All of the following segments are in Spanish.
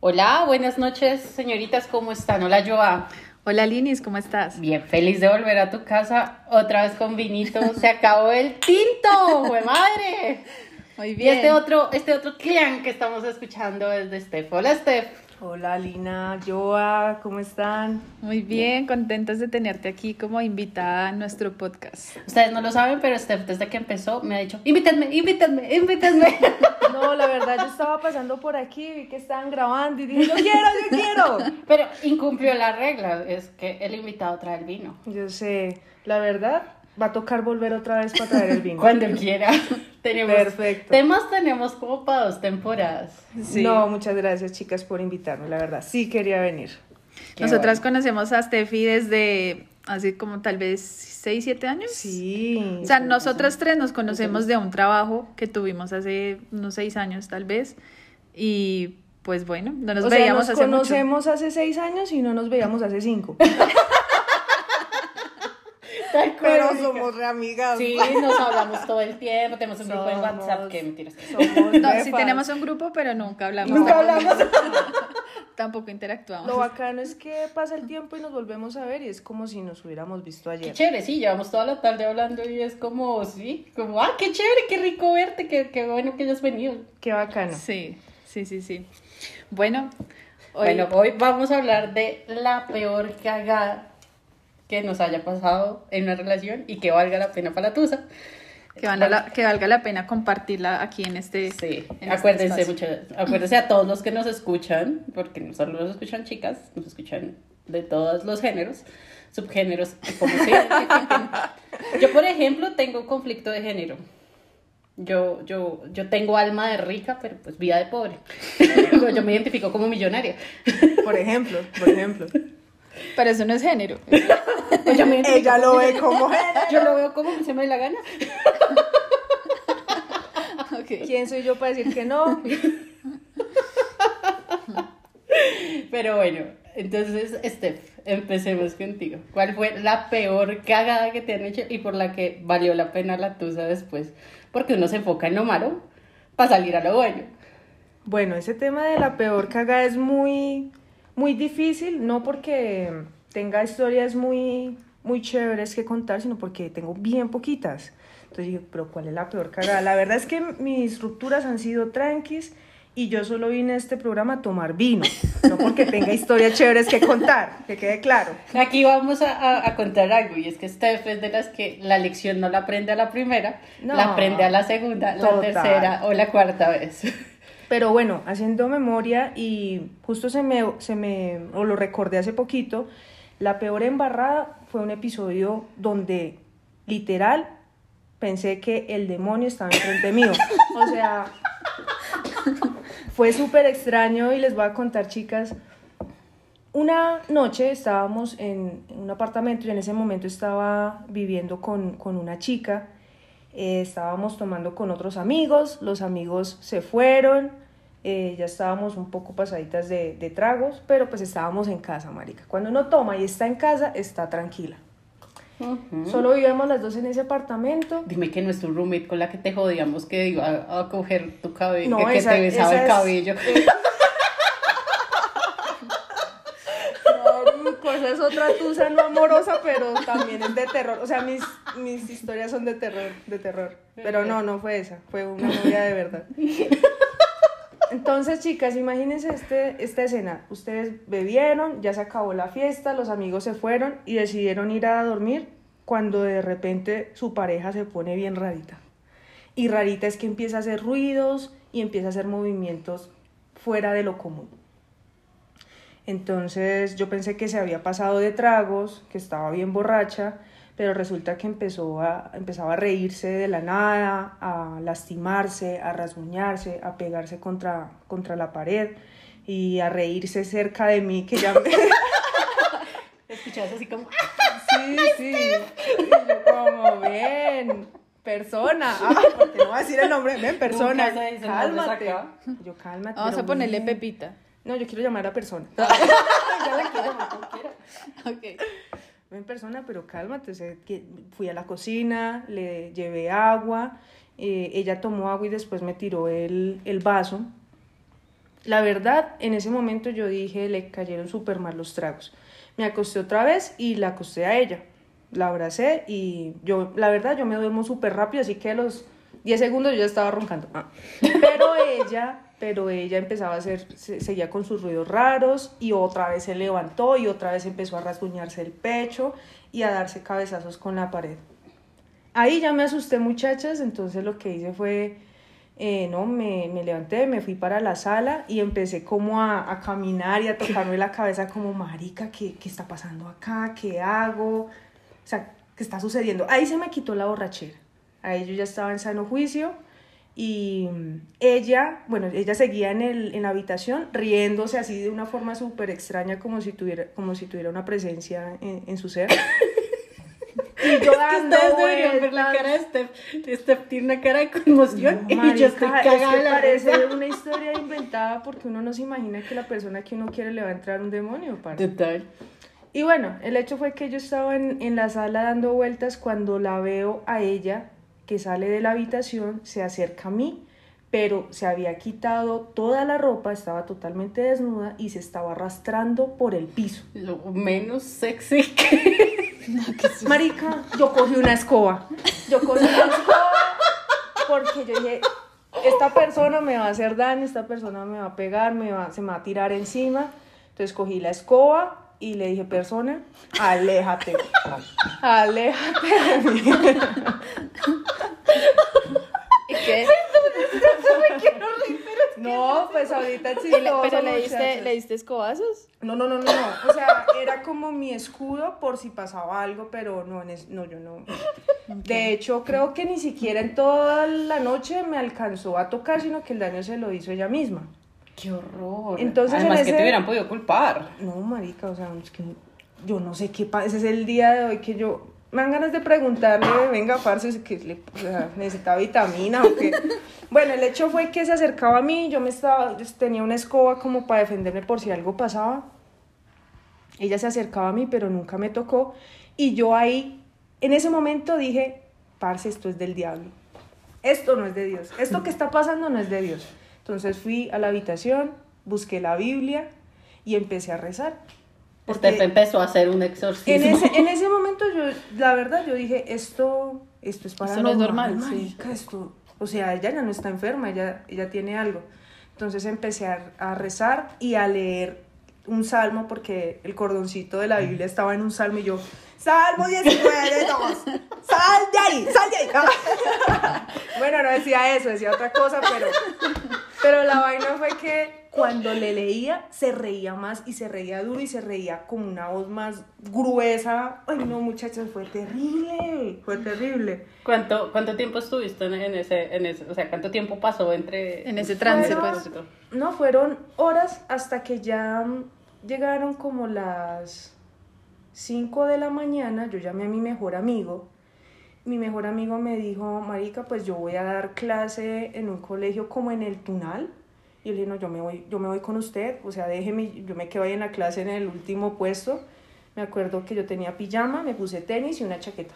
Hola, buenas noches, señoritas, ¿cómo están? Hola, Joa. Hola, Linis, ¿cómo estás? Bien, feliz de volver a tu casa, otra vez con vinito. Se acabó el tinto, ¡jue madre! Muy bien. Y este otro clan que estamos escuchando es de Steph. Hola, Steph. Hola Lina, Joa, ¿cómo están? Muy bien, contentos de tenerte aquí como invitada a nuestro podcast. Ustedes no lo saben, pero Steph desde que empezó me ha dicho, invítenme. No, la verdad yo estaba pasando por aquí, vi que estaban grabando y dije, yo quiero. Pero incumplió la regla, es que el invitado trae el vino. Yo sé, la verdad va a tocar volver otra vez para traer el vino. Cuando quiera. Perfecto. Temas tenemos como para 2 temporadas. Sí. No, muchas gracias chicas por invitarme, la verdad, sí quería venir. Nosotras conocemos a Steffi desde hace como tal vez 6, 7 años. Sí. O sea, nosotras tres nos conocemos de un trabajo que tuvimos hace unos 6 años tal vez. Y pues bueno, no nos veíamos nos hace mucho. conocemos hace 6 años y no nos veíamos hace 5. Pero somos re amigas. Sí, nos hablamos todo el tiempo, tenemos un grupo de WhatsApp, que mentiras. No, sí tenemos un grupo, pero nunca hablamos. Tampoco interactuamos. Lo bacano es que pasa el tiempo y nos volvemos a ver y es como si nos hubiéramos visto Qué ayer. chévere, sí, llevamos toda la tarde hablando y es como, sí, como, qué chévere, qué rico verte, qué bueno que hayas venido. Qué bacano. Sí. Bueno, hoy vamos a hablar de la peor cagada que nos haya pasado en una relación y que valga la pena para la tusa. que valga la pena compartirla aquí en este. Sí, en acuérdense, este acuérdense a todos los que nos escuchan, porque no solo nos escuchan chicas, nos escuchan de todos los géneros, subgéneros, como sea. Yo, por ejemplo, tengo conflicto de género. Yo tengo alma de rica, pero pues vida de pobre. Yo me identifico como millonaria. Por ejemplo. Pero eso no es género. Pues Ella lo ve como género. Yo lo veo como se me dé la gana. Okay. ¿Quién soy yo para decir que no? Pero bueno, entonces, Steph, empecemos contigo. ¿Cuál fue la peor cagada que te han hecho y por la que valió la pena la tusa después? Porque uno se enfoca en lo malo para salir a lo bueno. Bueno, ese tema de la peor cagada es muy difícil, no porque tenga historias muy chéveres que contar, sino porque tengo bien poquitas. Entonces dije, pero ¿cuál es la peor cagada? La verdad es que mis rupturas han sido tranquis y yo solo vine a este programa a tomar vino, no porque tenga historias chéveres que contar, que quede claro. Aquí vamos a contar algo, y es que Steph es de las que la lección no la aprende a la primera, No, la aprende a la segunda, la total. tercera o la cuarta vez. Pero bueno, haciendo memoria y justo o lo recordé hace poquito, la peor embarrada fue un episodio donde literal pensé que el demonio estaba enfrente mío. O sea, fue súper extraño y les voy a contar, chicas. Una noche estábamos en un apartamento y en ese momento estaba viviendo con una chica. Estábamos tomando con otros amigos, los amigos se fueron, ya estábamos un poco pasaditas de tragos, pero pues estábamos en casa, marica. Cuando uno toma y está en casa, está tranquila. Solo vivíamos las dos en ese apartamento. Dime que no es tu roommate con la que te jodíamos que iba a coger tu cabello, No, que te besaba el cabello. Marico, esa es otra tusa no amorosa, pero también es de terror. O sea, mis historias son de terror. Pero no fue esa, fue una novia de verdad. Entonces, chicas, imagínense esta escena. Ustedes bebieron, ya se acabó la fiesta, los amigos se fueron y decidieron ir a dormir cuando de repente su pareja se pone bien rarita. Y rarita es que empieza a hacer ruidos y empieza a hacer movimientos fuera de lo común. Entonces yo pensé que se había pasado de tragos, que estaba bien borracha, pero resulta que empezaba a reírse de la nada, a lastimarse, a rasguñarse, a pegarse contra la pared y a reírse cerca de mí, que ya me... Escuchabas así como... Sí. Y yo como, bien, persona. Porque no voy a decir el nombre, ven, persona. Nunca se dice el nombre Cálmate. acá. Yo, cálmate. Vamos pero a ponerle bien. Pepita. No, yo quiero llamar a persona. Ya la quiero, como quiera. Okay. En persona, pero cálmate. O sea, que fui a la cocina, le llevé agua, ella tomó agua y después me tiró el vaso. La verdad, en ese momento yo dije, le cayeron súper mal los tragos. Me acosté otra vez y la acosté a ella. La abracé y yo, la verdad, yo me duermo súper rápido, así que a los 10 segundos yo ya estaba roncando. Pero ella empezaba a hacer, seguía con sus ruidos raros y otra vez se levantó y otra vez empezó a rasguñarse el pecho y a darse cabezazos con la pared. Ahí ya me asusté, muchachas, entonces lo que hice fue, me levanté, me fui para la sala y empecé como a caminar y a tocarme la cabeza como, marica, ¿qué está pasando acá? ¿Qué hago? O sea, ¿qué está sucediendo? Ahí se me quitó la borrachera. Ahí yo ya estaba en sano juicio y ella seguía en la habitación riéndose así de una forma súper extraña como si tuviera una presencia en su ser. Y yo dando ustedes deberían ver la cara de Steph. Steph tiene una cara de conmoción y marica, yo estoy cagada de la parece risa. una historia inventada porque uno no se imagina que la persona que uno quiere le va a entrar un demonio, parce. Total. Y bueno, el hecho fue que yo estaba en la sala dando vueltas cuando la veo a ella que sale de la habitación, se acerca a mí, pero se había quitado toda la ropa, estaba totalmente desnuda y se estaba arrastrando por el piso. Lo menos sexy que... Marica, yo cogí una escoba porque yo dije, esta persona me va a hacer daño, esta persona me va a pegar, se me va a tirar encima. Entonces cogí la escoba y le dije, persona, aléjate de mí. ¿Y qué? No, pues ahorita sí. ¿Pero le diste escobazos? No. O sea, era como mi escudo por si pasaba algo, pero no, yo no. De hecho, creo que ni siquiera en toda la noche me alcanzó a tocar, sino que el daño se lo hizo ella misma. ¡Qué horror! Entonces, además que te hubieran podido culpar. No, marica, o sea, es que yo no sé qué pasa. Ese es el día de hoy que yo... Me dan ganas de preguntarle, venga, parce, o sea, necesita vitamina o qué. Bueno, el hecho fue que se acercaba a mí, yo tenía una escoba como para defenderme por si algo pasaba. Ella se acercaba a mí, pero nunca me tocó. Y yo ahí, en ese momento dije, parce, esto es del diablo. Esto no es de Dios. Esto que está pasando no es de Dios. Entonces fui a la habitación, busqué la Biblia y empecé a rezar. Usted empezó a hacer un exorcismo. En ese momento la verdad, yo dije, esto es para Esto no es normal, marica, sí. esto, o sea, ella ya no está enferma, ella tiene algo. Entonces empecé a rezar y a leer un salmo, porque el cordoncito de la Biblia estaba en un salmo y yo, Salmo 19, 2, sal de ahí. Bueno, no decía eso, decía otra cosa, pero la vaina fue que cuando le leía, se reía más y se reía duro y se reía como una voz más gruesa. Ay, no, muchachos, fue terrible. ¿Cuánto tiempo estuviste en ese, o sea, cuánto tiempo pasó entre... En ese trance, pues. No, fueron horas hasta que ya llegaron como las 5 de la mañana. Yo llamé a mi mejor amigo. Mi mejor amigo me dijo, marica, pues yo voy a dar clase en un colegio como en el Tunal. Y yo le dije, no, yo me voy con usted, o sea, déjeme, yo me quedo ahí en la clase en el último puesto. Me acuerdo que yo tenía pijama, me puse tenis y una chaqueta.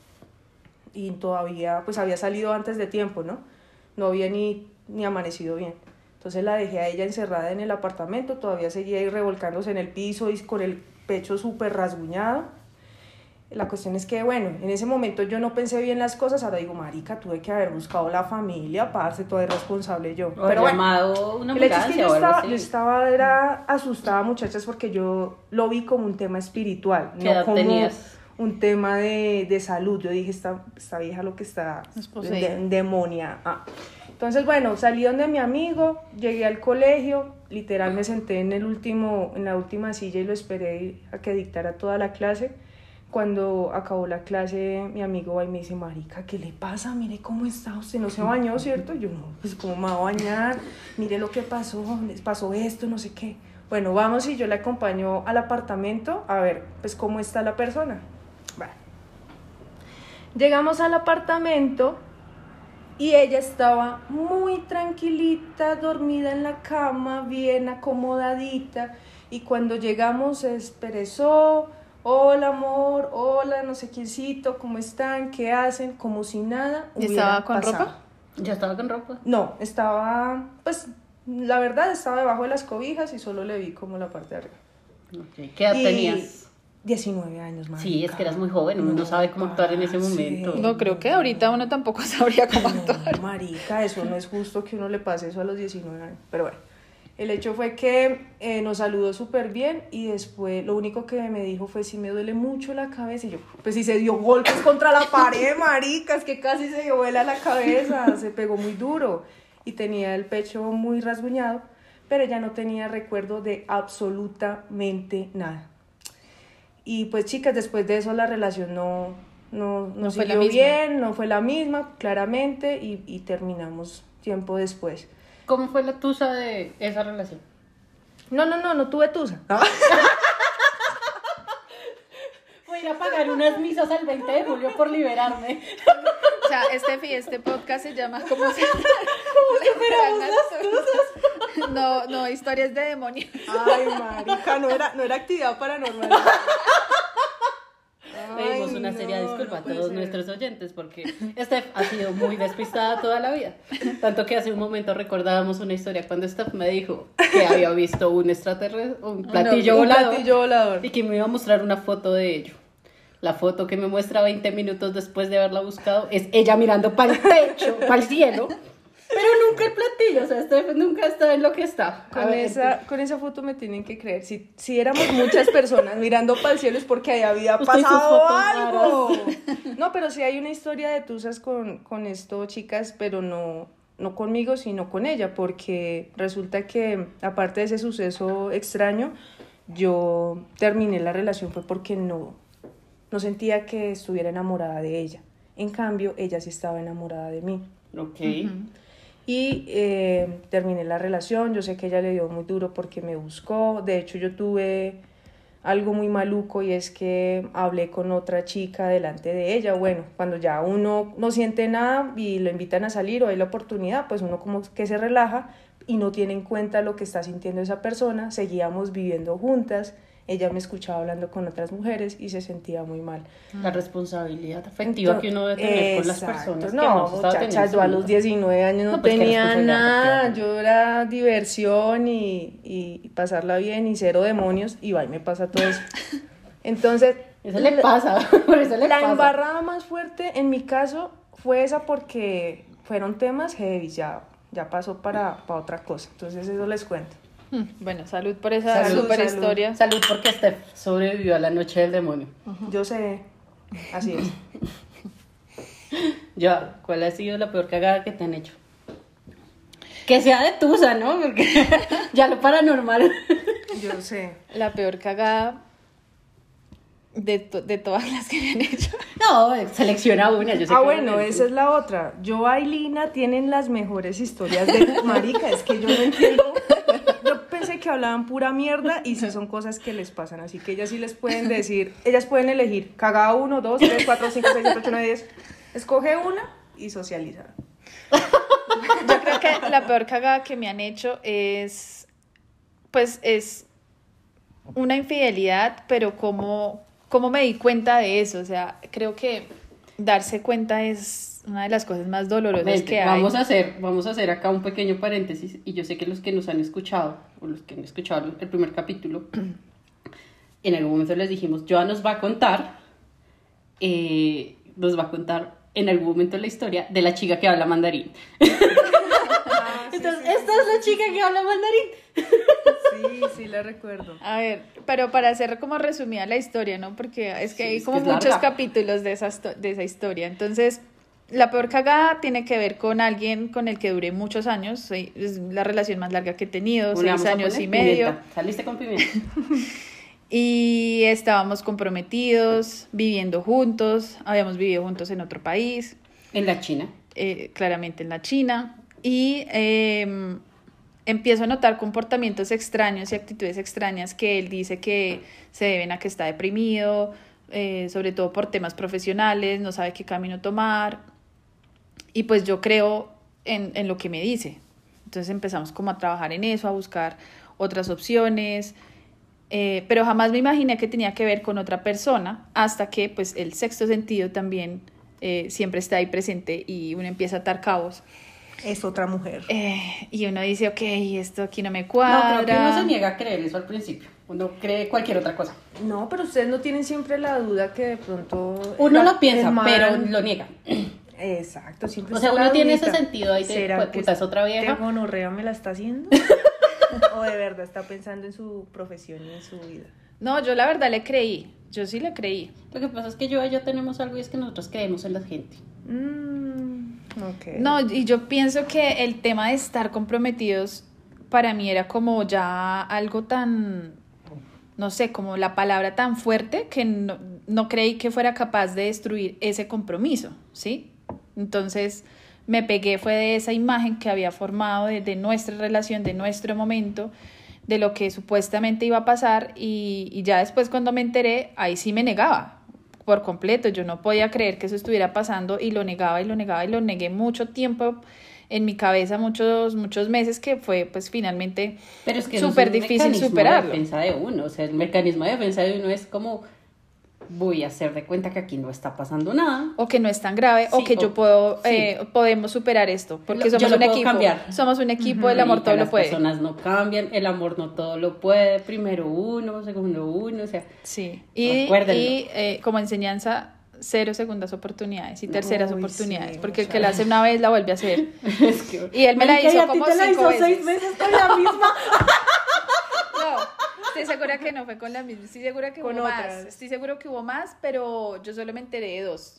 Y todavía, pues había salido antes de tiempo, ¿no? No había ni amanecido bien. Entonces la dejé a ella encerrada en el apartamento, todavía seguía ahí revolcándose en el piso y con el pecho súper rasguñado. La cuestión es que, bueno, en ese momento yo no pensé bien las cosas, ahora digo, marica, tuve que haber buscado la familia, parce, toda irresponsable yo. O pero llamado una el hecho es que ambulancia o algo así. yo estaba asustada, muchachas, porque yo lo vi como un tema espiritual, ¿Qué no edad como tenías? un tema de salud. Yo dije, esta vieja lo que está Es poseída. demonia. Entonces, bueno, salí donde mi amigo, llegué al colegio, literal me senté en la última silla y lo esperé a que dictara toda la clase. Cuando acabó la clase, mi amigo va y me dice, marica, ¿qué le pasa? Mire cómo está, usted no se bañó, ¿cierto? Yo, no, pues ¿cómo me va a bañar? Mire lo que pasó, les pasó esto, no sé qué. Bueno, vamos y yo le acompaño al apartamento a ver, pues, cómo está la persona. Bueno. Llegamos al apartamento y ella estaba muy tranquilita, dormida en la cama, bien acomodadita, y cuando llegamos se expresó, hola amor, hola no sé quiéncito, ¿cómo están? ¿Qué hacen? Como si nada ¿Y hubiera estaba con pasado. ropa? ¿Ya estaba con ropa? No, estaba pues La verdad, estaba debajo de las cobijas y solo le vi como la parte de arriba. Okay. ¿Qué edad tenías? 19 años, marica. Sí, es que eras muy joven, uno no sabe cómo actuar en ese momento. No, creo que ahorita uno tampoco sabría cómo actuar. No, marica, eso no es justo que uno le pase eso a los 19 años. Pero bueno, el hecho fue que nos saludó súper bien y después lo único que me dijo fue si me duele mucho la cabeza. Y yo, pues si se dio golpes contra la pared, marica, es que casi se dio vuela la cabeza, se pegó muy duro y tenía el pecho muy rasguñado, pero ella no tenía recuerdo de absolutamente nada. Y pues chicas, después de eso la relación no fue la siguió misma. bien, no fue la misma, claramente, y terminamos tiempo después. ¿Cómo fue la tusa de esa relación? No tuve tusa. Voy a ir a pagar unas misas al 20 de julio por liberarme. O sea, este podcast se llama ¿Cómo se No, historias de demonios. Ay, marica, no era actividad paranormal. Pedimos una seria disculpa a todos nuestros oyentes porque Steph ha sido muy despistada toda la vida. Tanto que hace un momento recordábamos una historia cuando Steph me dijo que había visto un extraterrestre, un platillo volador y que me iba a mostrar una foto de ello. La foto que me muestra 20 minutos después de haberla buscado es ella mirando para el techo, para el cielo, pero nunca el platillo, o sea, Steph nunca está en lo que está. Con esa foto me tienen que creer. Si éramos muchas personas mirando para el cielo es porque ahí había Usted y sus pasado fotos algo. No, pero sí hay una historia de tusas con esto, chicas, pero no conmigo, sino con ella, porque resulta que, aparte de ese suceso extraño, yo terminé la relación fue porque no sentía que estuviera enamorada de ella. En cambio, ella sí estaba enamorada de mí. Ok. Y terminé la relación. Yo sé que ella le dio muy duro porque me buscó. De hecho, yo tuve algo muy maluco y es que hablé con otra chica delante de ella. Bueno, cuando ya uno no siente nada y lo invitan a salir o hay la oportunidad, pues uno como que se relaja y no tiene en cuenta lo que está sintiendo esa persona. Seguíamos viviendo juntas. Ella me escuchaba hablando con otras mujeres y se sentía muy mal. La responsabilidad afectiva que uno debe tener con las personas. No, muchachas, yo a los 19 años no tenía nada. Yo era diversión y pasarla bien y cero demonios. Y va, me pasa todo eso. Entonces, eso le pasa. Por eso le la pasa. embarrada más fuerte en mi caso fue esa porque fueron temas heavy. Ya pasó para otra cosa. Entonces, eso les cuento. Bueno, salud por esa super historia. Salud porque Steph sobrevivió a la noche del demonio. Yo sé, así es. Ya, ¿cuál ha sido la peor cagada que te han hecho? Que sea de tusa, ¿no? Porque ya lo paranormal. Yo sé. La peor cagada de todas las que me han hecho. No, selecciona una. Yo sé bueno, esa es la otra. Yo y Lina tienen las mejores historias de marica. Es que yo no entiendo. Yo pensé que hablaban pura mierda y sí son cosas que les pasan. Así que ellas sí les pueden decir, ellas pueden elegir cagada 1, 2, 3, 4, 5, 6, 7, 8, 9, 10. Escoge una y socializa. Yo creo que la peor cagada que me han hecho es una infidelidad, pero ¿cómo me di cuenta de eso? O sea, creo que darse cuenta es una de las cosas más dolorosas que hay. Vamos a hacer acá un pequeño paréntesis, y yo sé que los que nos han escuchado, o los que han escuchado el primer capítulo, en algún momento les dijimos, Joa nos va a contar en algún momento la historia de la chica que habla mandarín. Entonces, esta es la chica que habla mandarín. Sí, la recuerdo. A ver, pero para hacer como resumida la historia, ¿no? Porque es que hay como muchos larga. capítulos de esa historia. Entonces, la peor cagada tiene que ver con alguien con el que duré muchos años. Es la relación más larga que he tenido, 6 años y medio. Pimienta. Saliste con pimienta. Y estábamos comprometidos, viviendo juntos. Habíamos vivido juntos en otro país. En la China. Claramente en la China. Y empiezo a notar comportamientos extraños y actitudes extrañas que él dice que se deben a que está deprimido, sobre todo por temas profesionales, no sabe qué camino tomar. Y pues yo creo en lo que me dice. Entonces empezamos como a trabajar en eso, a buscar otras opciones. Pero jamás me imaginé que tenía que ver con otra persona, hasta que pues el sexto sentido también siempre está ahí presente y uno empieza a atar cabos. es otra mujer. Y uno dice, ok, esto aquí no me No, cuadra. creo que uno se niega a creer eso al principio. Uno cree cualquier otra cosa. No, pero ustedes no tienen siempre la duda que de pronto... Uno la- lo piensa, el man- pero lo niega. Exacto, siempre O sea, está uno la tiene ese dudita. sentido ahí de, ¿Será pues, que puta, es otra vieja? este gonorrea me la está haciendo? ¿O de verdad está pensando en su profesión y en su vida? No, yo la verdad le creí. Yo sí le creí. Lo que pasa es que yo y ella tenemos algo y es que nosotros creemos en la gente. Ok. No, y yo pienso que el tema de estar comprometidos para mí era como ya algo tan, no sé, como la palabra tan fuerte que no creí que fuera capaz de destruir ese compromiso, ¿sí? Entonces me pegué fue de esa imagen que había formado de nuestra relación, de nuestro momento, de lo que supuestamente iba a pasar y ya después cuando me enteré, ahí sí me negaba por completo. Yo no podía creer que eso estuviera pasando y lo negaba y lo negaba y lo negué mucho tiempo en mi cabeza, muchos meses, que fue pues finalmente Pero es que eso súper es un difícil mecanismo superarlo. de defensa de uno. O sea, el mecanismo de defensa de uno es como, voy a hacer de cuenta que aquí no está pasando nada. O que no es tan grave, o Sí, que yo o- puedo, sí. podemos superar esto, porque Yo somos lo un puedo equipo. cambiar. Somos un equipo, el amor Y que todo lo las puede. personas no cambian, el amor no todo lo puede. Primero uno, segundo uno, o sea... Sí, y Recuérdenlo. como enseñanza, 0 segundas oportunidades y terceras Uy, oportunidades, sí, porque el muchas. que la hace una vez la vuelve a hacer. Es que... Y él me la Marica, hizo y a ti como te la 5 hizo veces. 6 veces con la misma. No, estoy segura que no fue con la misma, estoy segura que Con hubo otras. más, estoy seguro que hubo más, pero yo solo me enteré de 2.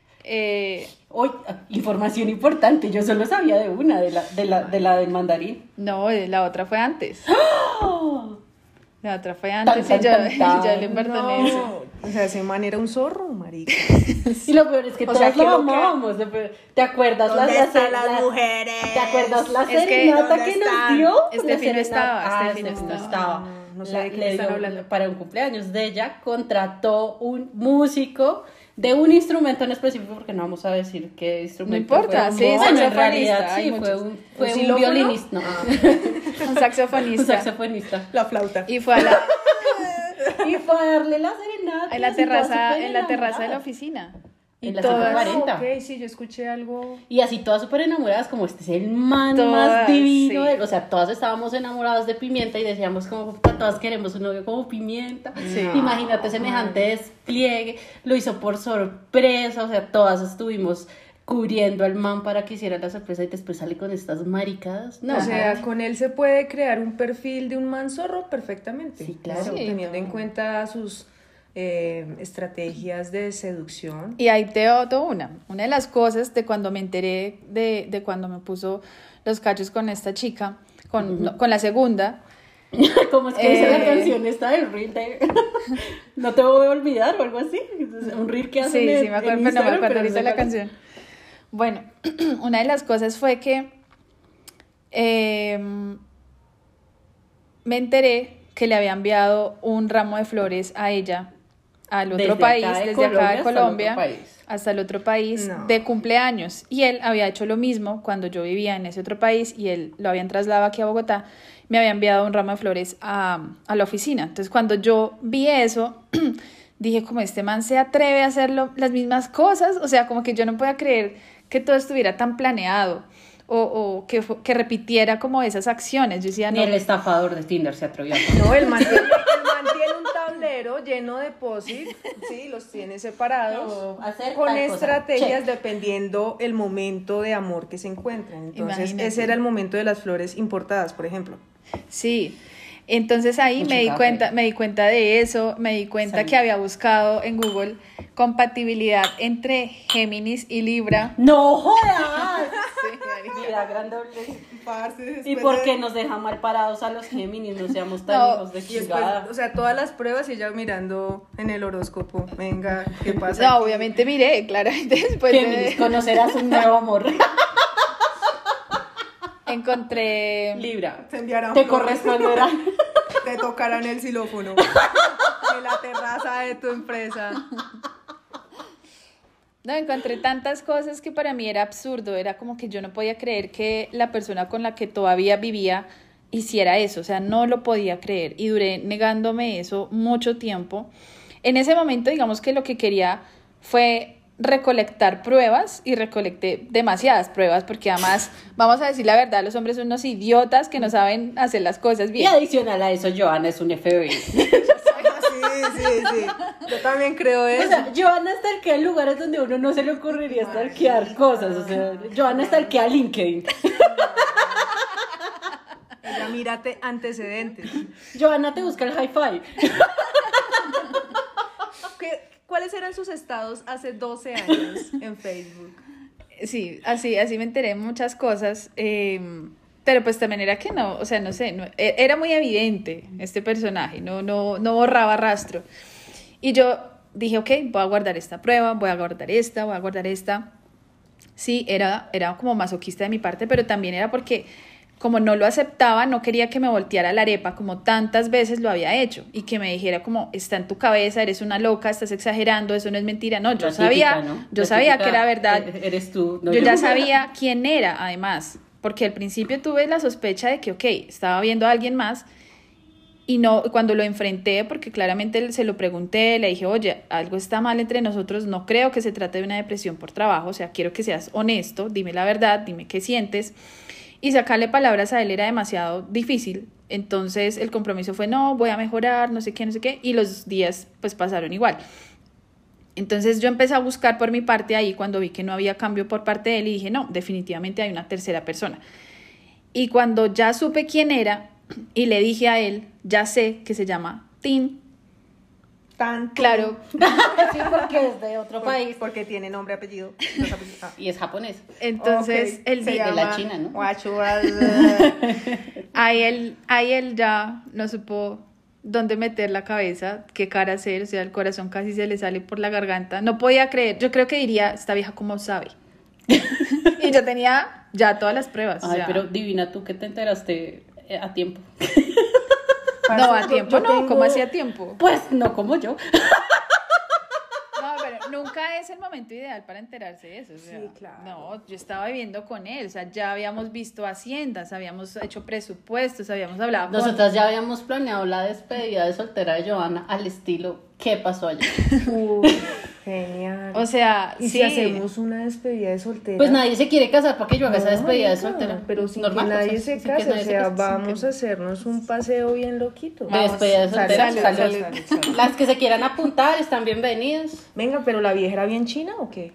Hoy, información importante, yo solo sabía de una, de la del mandarín. No, la otra fue antes. ¡Oh! La otra fue antes Tan, y yo, tan, tan. yo le pertenece. No, o sea, ese man era un zorro, marica. Y lo peor es que O todas sea, que lo lo que- amábamos. ¿Te acuerdas mujeres? ¿Te acuerdas la Es que, serenata ¿dónde que nos están? dio? Steffi La no estaba, serenata- Steffi no Steffi estaba. No sé de qué Le están dio- hablando. Para un cumpleaños de ella, contrató un músico de un instrumento en específico, porque no vamos a decir qué instrumento. No importa, fue. sí, Bueno, en saxofonista, realidad hay sí, fue muchos. fue un xilófono? violinista. No, Un un saxofonista. saxofonista. La flauta. Y fue a la, Y fue a darle la serenata. en la y así todas terraza, súper en la terraza de la enamoradas. oficina. En la todas- 140. Ok, sí, yo escuché algo. Y así todas súper enamoradas, como este es el man Todas, más divino. sí. O sea, todas estábamos enamoradas de Pimienta y decíamos como, "Puta, todas queremos un novio como Pimienta. Sí. Imagínate semejante despliegue. Lo hizo por sorpresa, o sea, todas estuvimos cubriendo al man para que hiciera la sorpresa y después sale con estas maricadas. No, O sea, con él se puede crear un perfil de un man zorro perfectamente. Sí, claro. ¿no? Sí, Teniendo no. en cuenta sus estrategias de seducción. Y ahí te doy una. Una de las cosas de cuando me enteré de cuando me puso los cachos con esta chica, con la segunda. ¿cómo es que dice la Eh. canción esta del reel de no te voy a olvidar o algo así? Un reel que hacen Sí, en- sí, me acuerdo, en pero no me Instagram, acuerdo pero no ahorita sé la cuál es. canción. Bueno, una de las cosas fue que me enteré que le había enviado un ramo de flores a ella, al otro Desde país, acá de desde acá de Colombia hasta el otro Colombia, país. hasta el otro país, No. de cumpleaños. Y él había hecho lo mismo cuando yo vivía en ese otro país y él lo habían trasladado aquí a Bogotá. Me había enviado un ramo de flores a la oficina. Entonces, cuando yo vi eso, dije, como este man se atreve a hacer las mismas cosas. O sea, como que yo no podía creer que todo estuviera tan planeado o que repitiera como esas acciones. Yo decía, Ni no, el estafador de Tinder se atrevió a hacer. No, el man tiene un tablero lleno de posit, sí, los tiene separados, No, hacer con tal cosa. estrategias Check. dependiendo el momento de amor que se encuentren. Entonces, Imagínate. ese era el momento de las flores importadas, por ejemplo. sí. Entonces ahí Mucho me di café. cuenta de eso, me di cuenta Salud. que había buscado en Google compatibilidad entre Géminis y Libra. ¡No jodas! Mira, gran doble. ¿Y ¿Y por qué nos deja mal parados a los Géminis? No seamos tan No, hijos de Y después, chingada. o sea, todas las pruebas y ella mirando en el horóscopo. Venga, ¿qué pasa? No, aquí? obviamente miré, claramente después Géminis, conocerás un nuevo amor. encontré... Libra, Te enviarán te flores. corresponderá. Te tocarán el xilófono en la terraza de tu empresa. No, encontré tantas cosas que para mí era absurdo, era como que yo no podía creer que la persona con la que todavía vivía hiciera eso, o sea, no lo podía creer y duré negándome eso mucho tiempo. En ese momento, digamos que lo que quería fue recolectar pruebas y recolecté demasiadas pruebas porque además, vamos a decir la verdad, los hombres son unos idiotas que no saben hacer las cosas Y bien. adicional a eso, Joana es un FBI. Sí. Yo también creo eso. O sea, Joana stalkea en lugares donde a uno no se le ocurriría stalkear cosas. O sea, Joana stalkea LinkedIn. Ella mírate antecedentes. Joana te busca el hi-fi. ¿Cuáles eran sus estados hace 12 años en Facebook? Sí, así me enteré de muchas cosas, pero pues también era que no, o sea, no sé, era muy evidente este personaje, no borraba rastro. Y yo dije, ok, voy a guardar esta prueba, voy a guardar esta, voy a guardar esta. Sí, era como masoquista de mi parte, pero también era porque como no lo aceptaba, no quería que me volteara la arepa como tantas veces lo había hecho y que me dijera como, está en tu cabeza, eres una loca, estás exagerando, eso no es mentira. No, yo sabía, ¿no? Yo sabía que era verdad. Eres tú. No, yo ya sabía quién era, además, porque al principio tuve la sospecha de que, ok, estaba viendo a alguien más y no, cuando lo enfrenté, porque claramente se lo pregunté, le dije, oye, algo está mal entre nosotros, no creo que se trate de una depresión por trabajo, o sea, quiero que seas honesto, dime la verdad, dime qué sientes. Y sacarle palabras a él era demasiado difícil, entonces el compromiso fue no, voy a mejorar, no sé qué, y los días pues pasaron igual. Entonces yo empecé a buscar por mi parte ahí cuando vi que no había cambio por parte de él y dije no, definitivamente hay una tercera persona. Y cuando ya supe quién era y le dije a él, ya sé que se llama Tin. Tan Claro. Sí, porque es de otro país. Porque tiene nombre, apellido. Y es japonés. Entonces, Okay. él De la China, ¿no? ahí él ya no supo dónde meter la cabeza, qué cara hacer, o sea, el corazón casi se le sale por la garganta. No podía creer, yo creo que diría, esta vieja cómo sabe. Y yo tenía ya todas las pruebas. Ay, o sea, pero divina, tú que te enteraste a tiempo. no, a tiempo, Yo no, tengo- ¿cómo hacía tiempo? Pues no como yo. No, pero nunca es el momento ideal para enterarse de eso. O sea, Sí, claro. No, yo estaba viviendo con él, o sea, ya habíamos visto haciendas, habíamos hecho presupuestos, habíamos hablado con... Nosotras ya habíamos planeado la despedida de soltera de Joana al estilo ¿qué pasó allá? Genial. O sea, ¿Y sí. si hacemos una despedida de soltera? Pues nadie se quiere casar para que yo haga esa No, despedida de marica, soltera. pero sin Normal, que nadie o sea, se sin que case, nadie o se sea, case, sin vamos que- a hacernos un paseo bien loquito. De despedida de soltera. salud, Salud. salud. Las que se quieran apuntar están bienvenidas. Venga, pero la vieja era bien china o qué?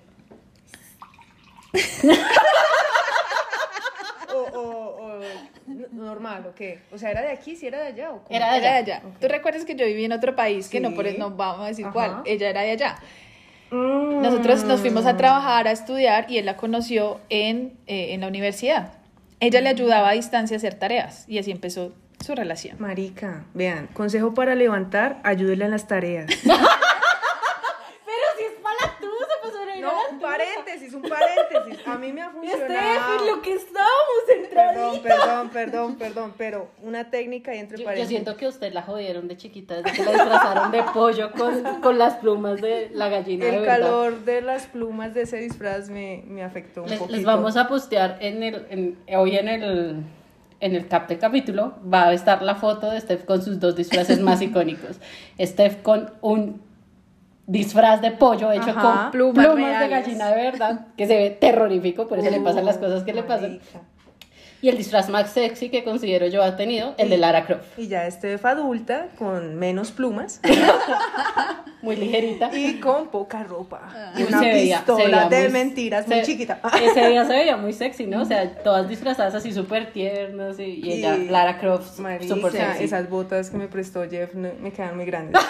o normal o qué? O sea, ¿era de aquí, si era de allá o cómo? Era de Era de allá. allá. ¿Tú recuerdas que yo viví en otro país que Sí. no vamos a decir Ajá. cuál? Ella era de allá. Mm. Nosotros nos fuimos a trabajar, a estudiar y él la conoció en la universidad. Ella le ayudaba a distancia a hacer tareas y así empezó su relación. Marica, vean, consejo para levantar, ayúdele en las tareas. Pero si es para la tusa, pues sobrevivir No, a la un tusa. paréntesis, un paréntesis. A mí me ha funcionado. Steph, en lo que estábamos Perdón, pero una técnica y entre Yo paréntesis. siento que a usted la jodieron de chiquita, desde que la disfrazaron de pollo con las plumas de la gallina. de El verdad. calor de las plumas de ese disfraz me afectó un poquito. Les vamos a postear hoy en el cap del capítulo, va a estar la foto de Steph con sus dos disfraces más icónicos. Steph con un disfraz de pollo hecho Ajá. con Plumas plumas de reales. gallina de verdad, que se ve terrorífico, por eso le pasan las cosas que le pasan. Marica. Y el disfraz más sexy que considero yo ha tenido, el de Lara Croft. Y ya Steph adulta, con menos plumas Muy ligerita. y con poca ropa. Y Uy, una se veía pistola de muy- mentiras muy chiquita. Ese día se veía muy sexy, ¿no? O sea, todas disfrazadas así súper tiernas y ella, Y- Lara Croft, Marica, súper sexy. esas botas que me prestó Jeff me quedan muy grandes.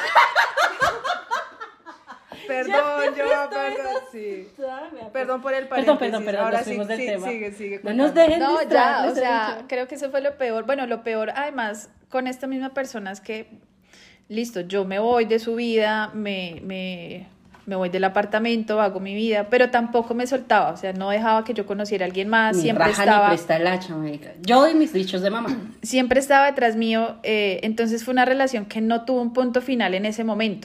Perdón, perdón, sí. Perdón por el Perdón, paréntesis. Ahora Ahora nos fuimos del sí, tema. sigue. No nos contando. dejen No, ya, distraerles, o he sea, dicho. creo que eso fue lo peor. Bueno, lo peor, además, con esta misma persona es que, listo, yo me voy de su vida, me voy del apartamento, hago mi vida, pero tampoco me soltaba, o sea, no dejaba que yo conociera a alguien más, Ni siempre raja estaba... ni presta el hacha, marica. Yo y mis dichos de mamá. siempre estaba detrás mío, entonces fue una relación que no tuvo un punto final en ese momento.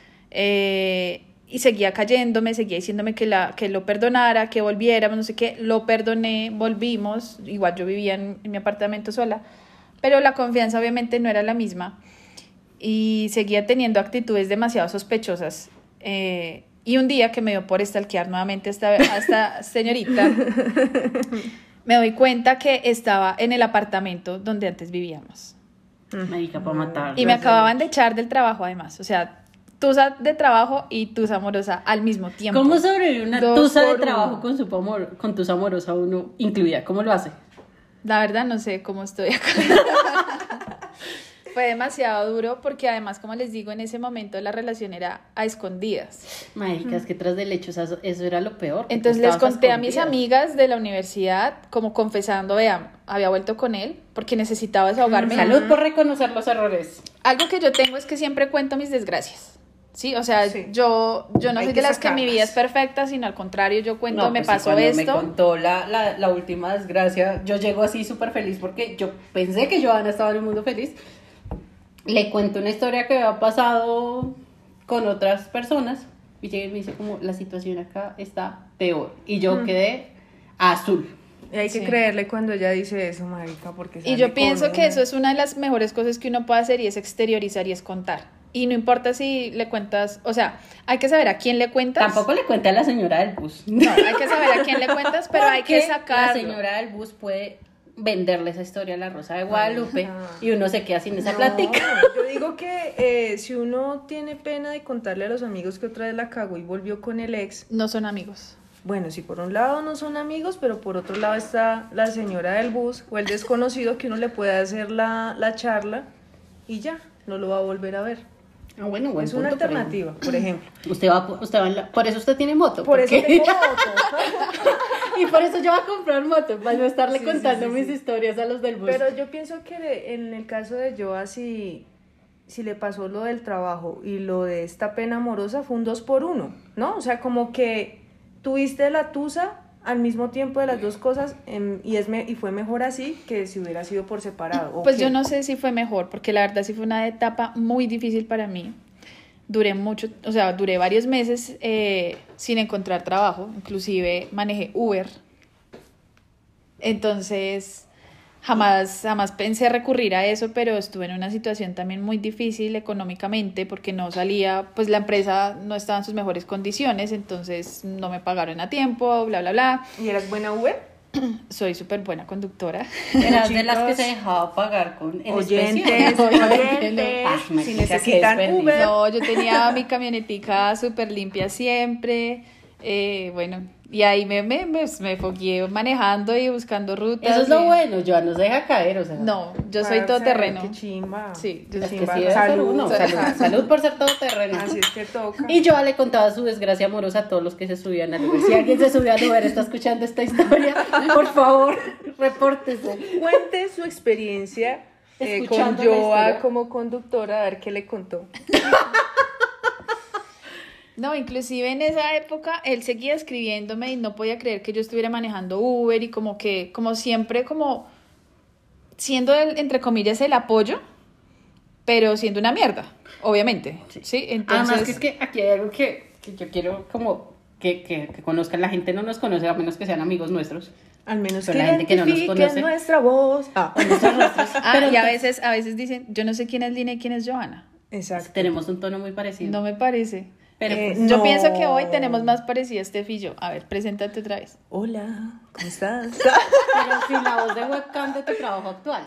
Y seguía cayéndome, seguía diciéndome que lo perdonara, que volviéramos, no sé qué, lo perdoné, volvimos, igual yo vivía en mi apartamento sola, pero la confianza obviamente no era la misma y seguía teniendo actitudes demasiado sospechosas. Y Y un día que me dio por stalkear nuevamente a esta señorita, me doy cuenta que estaba en el apartamento donde antes vivíamos. Marica, para matar. Y me acababan de echar del trabajo además, o sea, tusa de trabajo y tusa amorosa al mismo tiempo. ¿Cómo sobrevive una Dos tusa de por trabajo uno. con tusa amorosa uno incluida? ¿Cómo lo hace? La verdad no sé cómo estoy acá. Fue demasiado duro porque además, como les digo, en ese momento la relación era a escondidas. Marica, es que tras del hecho, o sea, eso era lo peor. que Entonces tú les estabas conté a mis escondidas. amigas de la universidad, como confesando, vean, había vuelto con él porque necesitaba desahogarme. Salud por reconocer los errores. Algo que yo tengo es que siempre cuento mis desgracias. Sí, o sea, Sí. yo no Hay soy que de las que mi vida es sacarlas. perfecta, sino al contrario, yo cuento, No, me pues sí, pasó cuando esto. me contó la última desgracia, yo llego así súper feliz porque yo pensé que Johanna estaba en un mundo feliz. Le cuento una historia que había pasado con otras personas y llega y me dice como, la situación acá está peor. Y yo quedé azul. Y hay que Sí. creerle cuando ella dice eso, marica, porque Y sale yo con pienso que una- eso es una de las mejores cosas que uno puede hacer y es exteriorizar y es contar. Y no importa si le cuentas, o sea, hay que saber a quién le cuentas. Tampoco le cuente a la señora del bus. No, hay que saber a quién le cuentas, pero hay que Porque sacarlo. la señora del bus puede venderle esa historia a la Rosa de Guadalupe Ah. y uno se queda sin esa No, plática. yo digo que si uno tiene pena de contarle a los amigos que otra vez la cagó y volvió con el ex, No son amigos. bueno, si por un lado no son amigos, pero por otro lado está la señora del bus o el desconocido que uno le puede hacer la charla y ya, no lo va a volver a ver. Ah, bueno, buen Es una punto, pero alternativa, por ejemplo. Usted va en por eso usted tiene moto. Por eso porque- tengo moto. Y por eso yo voy a comprar moto, para no estarle Sí, contando sí, sí, mis sí. historias a los del bus. Pero yo pienso que en el caso de Joa, si le pasó lo del trabajo y lo de esta pena amorosa, fue un 2 por 1, ¿no? O sea, como que tuviste la tusa al mismo tiempo de las dos cosas y fue mejor así que si hubiera sido por separado. ¿o Pues qué? yo no sé si fue mejor, porque la verdad sí fue una etapa muy difícil para mí. Duré varios meses sin encontrar trabajo, inclusive manejé Uber. Entonces, jamás pensé recurrir a eso, pero estuve en una situación también muy difícil económicamente porque no salía, pues la empresa no estaba en sus mejores condiciones, entonces no me pagaron a tiempo, bla, bla, bla. ¿Y eras buena Uber? Soy súper buena conductora. Eras de las que Chicos, se dejaba pagar con en oyentes, especial. oyentes, Ay, si marica, necesitan qué desperdicio. Uber. No, yo tenía mi camionetica súper limpia siempre. Bueno, y ahí me fogueé manejando y buscando rutas. Eso es lo y- bueno, Joan, no se deja caer, o sea. No, yo soy Parce, todoterreno. Qué chimba. Sí, qué yo Es que chimba. sí debe ser uno. Salud, salud por ser todoterreno. Así es que toca. Y yo le contaba su desgracia amorosa a todos los que se subían al Uber. Si alguien se subió al Uber, está escuchando esta historia, por favor, repórtese. Cuente su experiencia con Escuchando la Joa historia. como conductora, a ver qué le contó. No, inclusive en esa época él seguía escribiéndome y no podía creer que yo estuviera manejando Uber y como siempre, como siendo entre comillas, el apoyo, pero siendo una mierda, obviamente. Sí, entonces. Además, que es que aquí hay algo que yo quiero como que conozcan. La gente no nos conoce a menos que sean amigos nuestros. Al menos Pero que la gente que no nos identifiquen conoce. nuestra voz. O nuestros rostros. Pero Y a entonces, veces dicen, yo no sé quién es Lina y quién es Johanna. Exacto. tenemos un tono muy parecido. No me parece. Pero pues, No. Yo pienso que hoy tenemos más parecidas Steph y yo. A ver, preséntate otra vez. Hola, ¿cómo estás? pero sin la voz de webcam de tu trabajo actual.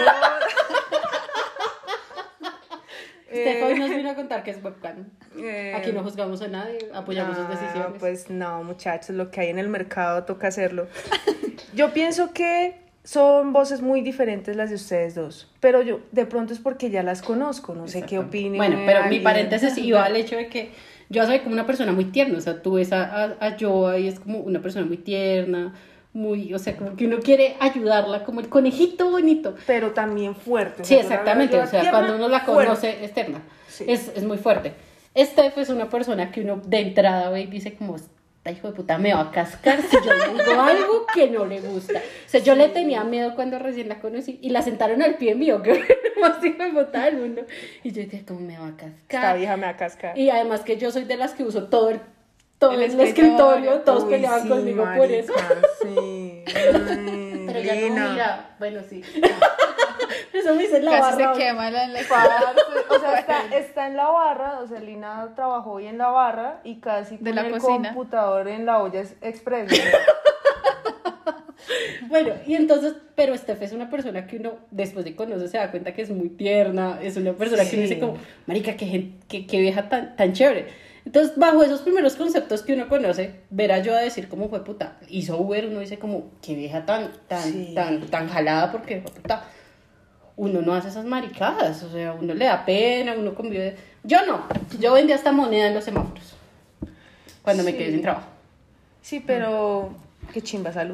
Usted hoy nos vino a contar que es webcam. Aquí no juzgamos a nadie, apoyamos sus decisiones. Pues no, muchachos, lo que hay en el mercado toca hacerlo. Yo pienso que son voces muy diferentes las de ustedes dos, pero yo de pronto es porque ya las conozco, no sé qué Exacto. opinen. Bueno, pero mi alguien. paréntesis iba al hecho de que yo soy como una persona muy tierna, o sea, tú ves a Joa y es como una persona muy tierna, muy, o sea, como que uno quiere ayudarla como el conejito bonito. Pero también fuerte. o Sí, sea, exactamente, una o sea, tierna, cuando uno la fuerte. conoce es tierna, Sí. es muy fuerte. Steph es una persona que uno de entrada ve y dice como, esta hijo de puta me va a cascar si yo le digo algo que no le gusta. O sea, yo le tenía miedo cuando recién la conocí y la sentaron al pie mío, que era lo más hijo de puta del mundo. Y yo decía, ¿cómo me va a Esta cascar? vieja me va a cascar. Y además que yo soy de las que uso todo el El escritorio, escritorio. todos Uy, peleaban sí, conmigo por marica, eso. Sí. Ay, Pero ya no, Lina. mira, bueno, sí. Eso me dice en la Casi barra. se quema en la O sea, está en la barra, o sea, Lina trabajó hoy en la barra y casi De con la el cocina. computador en la olla express. ¿No? Bueno, y entonces, pero Steph es una persona que uno después de conocer se da cuenta que es muy tierna, es una persona que uno dice como, marica, qué vieja tan chévere. Entonces, bajo esos primeros conceptos que uno conoce, ver a yo a decir como fue puta, hizo Uber, uno dice como, qué vieja tan jalada, porque fue puta, uno no hace esas maricadas, o sea, uno le da pena, uno convive. Yo vendía hasta moneda en los semáforos, cuando me quedé sin trabajo. Sí, pero qué chimba, salud.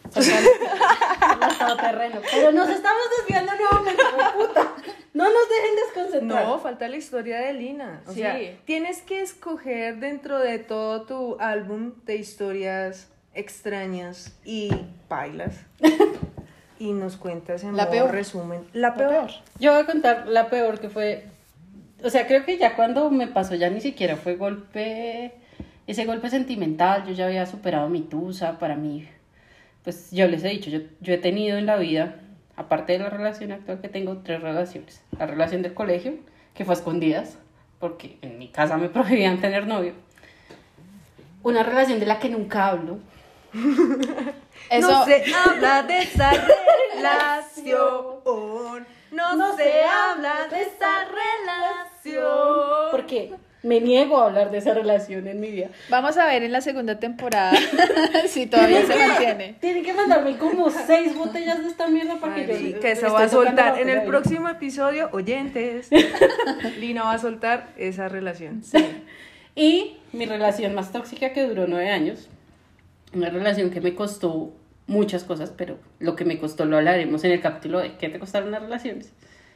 Terreno. Pero nos estamos desviando nuevamente, como puta. No nos dejen desconcentrar. No, falta la historia de Lina. O Sí. sea, tienes que escoger dentro de todo tu álbum de historias extrañas y bailas. Y nos cuentas en La modo peor. resumen. La peor. Yo voy a contar la peor que fue. O sea, creo que ya cuando me pasó, ya ni siquiera fue ese golpe sentimental. Yo ya había superado mi tusa. Para mí, pues yo les he dicho, yo he tenido en la vida, aparte de la relación actual que tengo, 3 relaciones. La relación del colegio, que fue a escondidas, porque en mi casa me prohibían tener novio. Una relación de la que nunca hablo. Eso, No se habla de esa relación. No se habla de esa relación. Porque me niego a hablar de esa relación en mi vida. vamos a ver en la segunda temporada si todavía se mantiene. Tienen que mandarme como 6 botellas de esta mierda para que yo... Que se estoy va a tocando soltar la en el botella. próximo episodio, oyentes. Lina va a soltar esa relación. Y mi relación más tóxica que duró 9 años. Una relación que me costó muchas cosas, pero lo que me costó lo hablaremos en el capítulo de ¿qué te costaron las relaciones?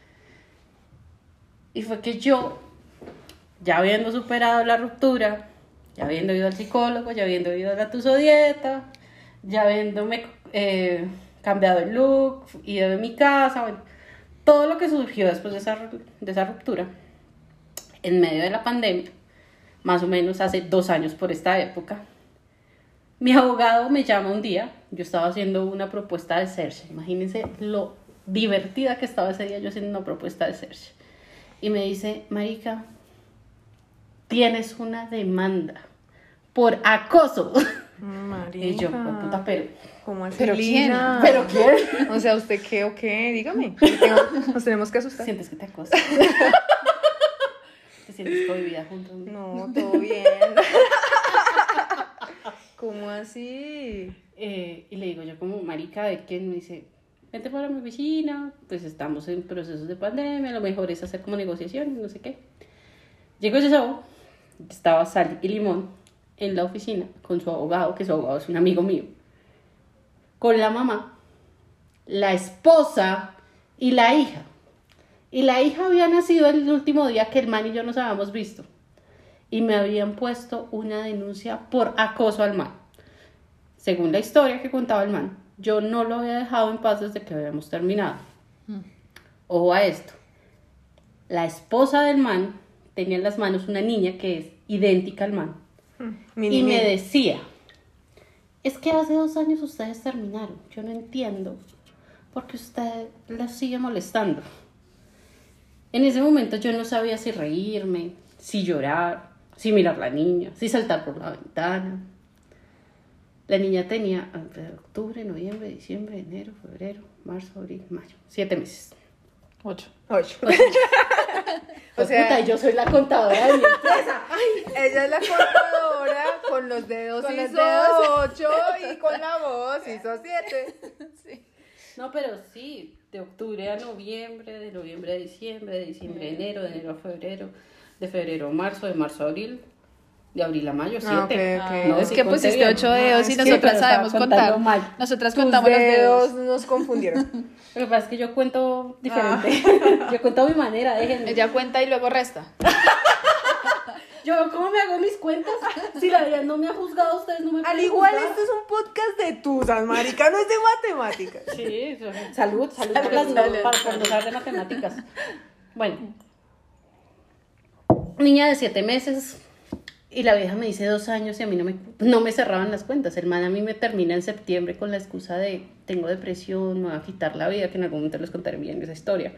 Y fue que yo, ya habiendo superado la ruptura, ya habiendo ido al psicólogo, ya habiendo ido a la tusodieta, ya habiéndome cambiado el look, ido de mi casa, bueno, todo lo que surgió después de esa ruptura, en medio de la pandemia, más o menos hace 2 años por esta época, mi abogado me llama un día, yo estaba haciendo una propuesta de search, imagínense lo divertida que estaba ese día yo haciendo una propuesta de search, y me dice, marica, tienes una demanda por acoso. Marica. Y yo, "Oh, puta, pero ¿Cómo así, ¿Pero quién? Lina? ¿pero quién? O sea, ¿usted qué o qué? Dígame. Nos tenemos que asustar. ¿Sientes que te acosa? ¿Te sientes cohibida juntos? No, todo bien. ¿Cómo así? Y le digo yo como, marica, ¿de quién? Me dice, vente para mi oficina, pues estamos en procesos de pandemia, lo mejor es hacer como negociaciones, no sé qué. Llegó ese sábado, estaba Sal y Limón en la oficina con su abogado, que su abogado es un amigo mío, con la mamá, la esposa y la hija. Y la hija había nacido el último día que el man y yo nos habíamos visto. Y me habían puesto una denuncia por acoso al man. Según la historia que contaba el man, yo no lo había dejado en paz desde que habíamos terminado. Ojo a esto. La esposa del man tenía en las manos una niña que es idéntica al man. Y me decía, es que hace 2 años ustedes terminaron. Yo no entiendo por qué usted la sigue molestando. En ese momento yo no sabía si reírme, si llorar, si mirar a la niña, si saltar por la ventana. La niña tenía octubre, noviembre, diciembre, enero, febrero, marzo, abril, mayo. 7 meses. 8. O O sea, puta, yo soy la contadora de mi empresa. ella es la contadora, con los dedos Con los hizo dedos. 8 y con la voz hizo 7. No, pero sí, de octubre a noviembre, de noviembre a diciembre, de diciembre a enero, de enero a febrero, de febrero a marzo, de marzo a abril, de abril a mayo, 7. Ah, ok. No, Es sí que conté pusiste bien. 8 dedos y es que- nosotras pero sabemos estaba contando contar. mal. Nosotras Tus contamos los dedos dedos. nos confundieron. Lo que pasa es que yo cuento diferente. Yo cuento a mi manera, déjenme. Ella cuenta y luego resta. Yo, ¿cómo me hago mis cuentas? Si la vida no me ha juzgado, ustedes no me Al pueden igual, juzgar. este es un podcast de tusas, marica, no es de matemáticas. Sí, salud por las salud. por no saber de matemáticas. Bueno, niña de 7 meses, Y la vieja me dice 2 años y a mí no me cerraban las cuentas. El man a mí me termina en septiembre con la excusa de tengo depresión, me va a quitar la vida, que en algún momento les contaré bien esa historia.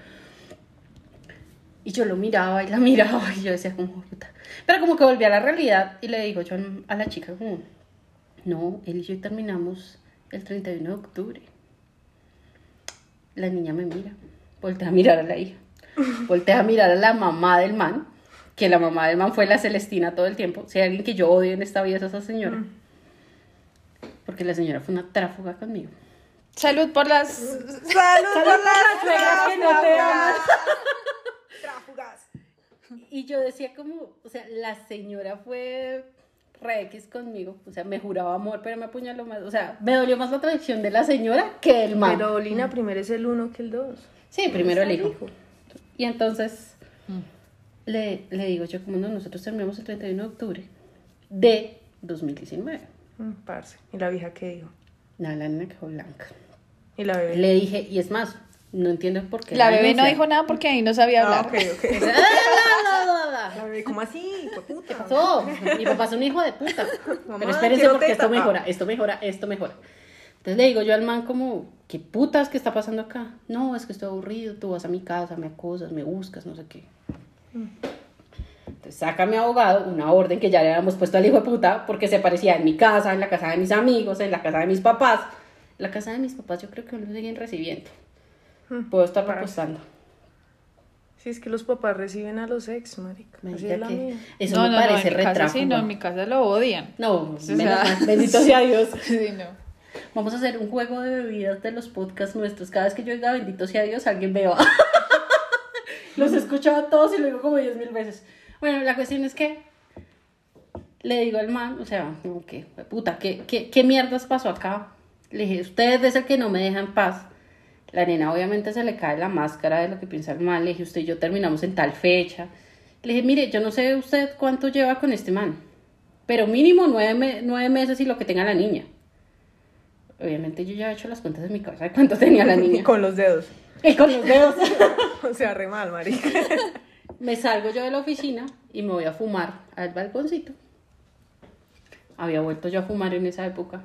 Y yo lo miraba y la miraba y yo decía como, puta. Pero como que volví a la realidad y le digo yo a la chica como, no, él y yo terminamos el 31 de octubre. La niña me mira, voltea a mirar a la hija, voltea a mirar a la mamá del man, que la mamá del man fue la Celestina todo el tiempo. Si hay alguien que yo odio en esta vida es a esa señora. Porque la señora fue una tráfuga conmigo. Salud por las... ¡Salud por las suegras que no te aman! Tráfugas. Y yo decía como, o sea, la señora fue re X conmigo, o sea, me juraba amor, pero me apuñaló más, o sea, me dolió más la traición de la señora que el man. Pero Lina, primero es el 1 que el 2. Sí, primero el hijo. Y entonces le digo yo como no, nosotros terminamos el 31 de octubre de 2019. Parce. ¿Y la vieja qué dijo? La nena quedó blanca. ¿Y la bebé? Le dije, y es más, no entiendo por qué. La bebé no dijo nada porque ahí no sabía hablar. Ok. La bebé, ¿cómo así? Hijo de puta. ¿Qué pasó? Mi papá es un hijo de puta. Mamá, Pero espérense quiero porque teta. esto mejora. Entonces le digo yo al man como, ¿qué putas que está pasando acá? No, es que estoy aburrido, tú vas a mi casa, me acosas, me buscas, no sé qué. Entonces saca mi abogado una orden que ya le habíamos puesto al hijo de puta porque se parecía en mi casa, en la casa de mis amigos, en la casa de mis papás. En la casa de mis papás yo creo que no lo siguen recibiendo. Puedo estar repostando. Sí, es que los papás reciben a los ex, marica. Me Así diga es la que mía. eso me parece en mi casa sí, retráfuga. no, en mi casa lo odian. No, sea, menos mal, bendito sea Dios. Sí, no. Vamos a hacer un juego de bebidas de los podcasts nuestros. Cada vez que yo diga bendito sea Dios, alguien beba. Los he escuchado a todos y lo digo como 10,000 veces. Bueno, la cuestión es que le digo al man, o sea, como que, puta, ¿qué mierdas pasó acá? Le dije, usted es el que no me deja en paz. La nena obviamente se le cae la máscara de lo que piensa el man. Le dije, usted y yo terminamos en tal fecha. Le dije, mire, yo no sé usted cuánto lleva con este man, pero mínimo 9 meses y lo que tenga la niña. Obviamente yo ya he hecho las cuentas de mi casa de cuánto tenía la niña. Y con los dedos. Y con los dedos. O sea, re mal, marica. Me salgo yo de la oficina y me voy a fumar al balconcito. Había vuelto yo a fumar en esa época.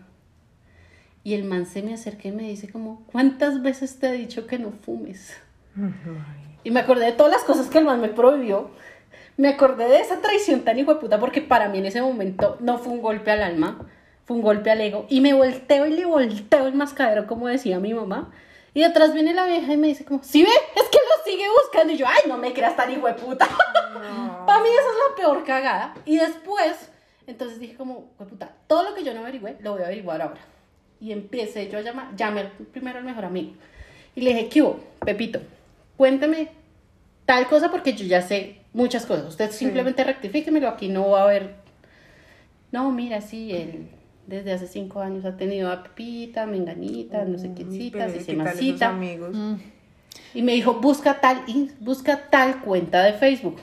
Y el man se me acerca y me dice como, ¿cuántas veces te he dicho que no fumes? Y me acordé de todas las cosas que el man me prohibió. Me acordé de esa traición tan hijo de puta porque para mí en ese momento no fue un golpe al alma, fue un golpe al ego. Y me volteo y le volteo el mascadero como decía mi mamá. Y detrás viene la vieja y me dice como, ¿sí ve? Es que lo sigue buscando. Y yo, ay, no me creas tan hijo de puta. No. Para mí esa es la peor cagada. Y después, entonces dije como, hijo de puta, todo lo que yo no averigüé, lo voy a averiguar ahora. Y empecé yo a llamé primero al mejor amigo. Y le dije, ¿qué hubo, Pepito? Cuéntame tal cosa porque yo ya sé muchas cosas. Usted simplemente rectifíquemelo, aquí no va a haber... No, mira, sí, él desde hace 5 años ha tenido a Pepita, Menganita, no sé quiéncita, Sisemacita. Amigos. Y me dijo, busca tal cuenta de Facebook.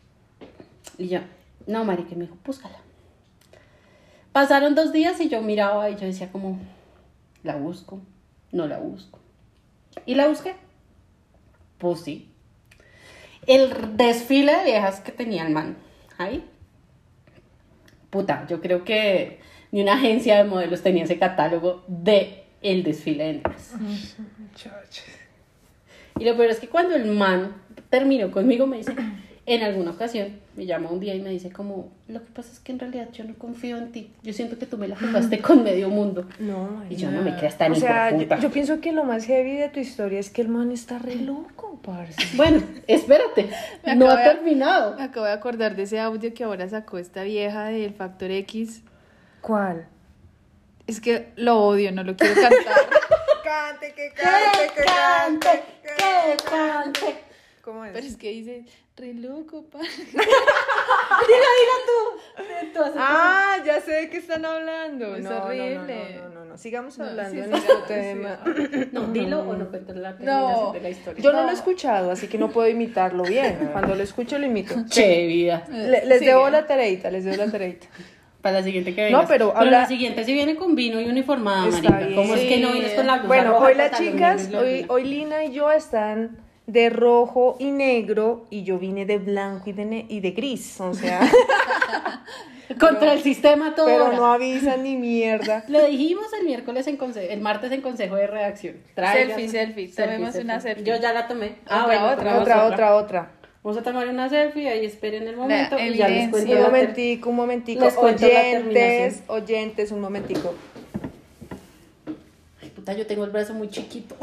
Y yo, no, marica, me dijo, búscala. Pasaron 2 días y yo miraba y yo decía como, ¿la busco? No la busco. ¿Y la busqué? Pues sí. El desfile de viejas que tenía el man ahí. Puta, yo creo que ni una agencia de modelos tenía ese catálogo de el desfile de negras. Muchachos. Y lo peor es que cuando el man terminó conmigo me dice, en alguna ocasión, me llama un día y me dice como, lo que pasa es que en realidad yo no confío en ti. Yo siento que tú me la jugaste con medio mundo. No, y yo no me creas tan o sea, hijueputa. yo pienso que lo más heavy de tu historia es que el man está re loco, parce. Bueno, espérate, no ha terminado. Me acabo de acordar de ese audio que ahora sacó esta vieja del Factor X. ¿Cuál? Es que lo odio, no lo quiero cantar. Cante, que cante. ¿Cómo es? Pero es que dice, re loco, pa. Dila tú. Tú haces Ah, ya sé de qué están hablando. Es No, horrible. No. Sigamos hablando sí, de sí, nuestro sí, tema. No, dilo o no cuentes la terminación de la historia. Yo no lo he escuchado, así que no puedo imitarlo bien. Cuando lo escucho, lo imito. Che, vida. Les Sigue. debo la tareita, Para la siguiente que vengas. No, pero la siguiente sí viene con vino y uniformada, Está marica. bien. ¿Cómo es que no Sí. vienes con la blusa Bueno, roja, hoy las pantalón chicas, negro y la- hoy Lina y yo están de rojo y negro y yo vine de blanco y de gris, o sea, Contra el sistema todo. pero ahora. no avisan ni mierda. Lo dijimos el martes en consejo de redacción. Selfie. Tomemos una selfie. Yo ya la tomé. Otra. tomemos Otra. Vamos a tomar una selfie, ahí esperen el momento y ya les evidencia. cuento. Un momentico. Les cuento la terminación. Oyentes, un momentico. Ay, puta, yo tengo el brazo muy chiquito.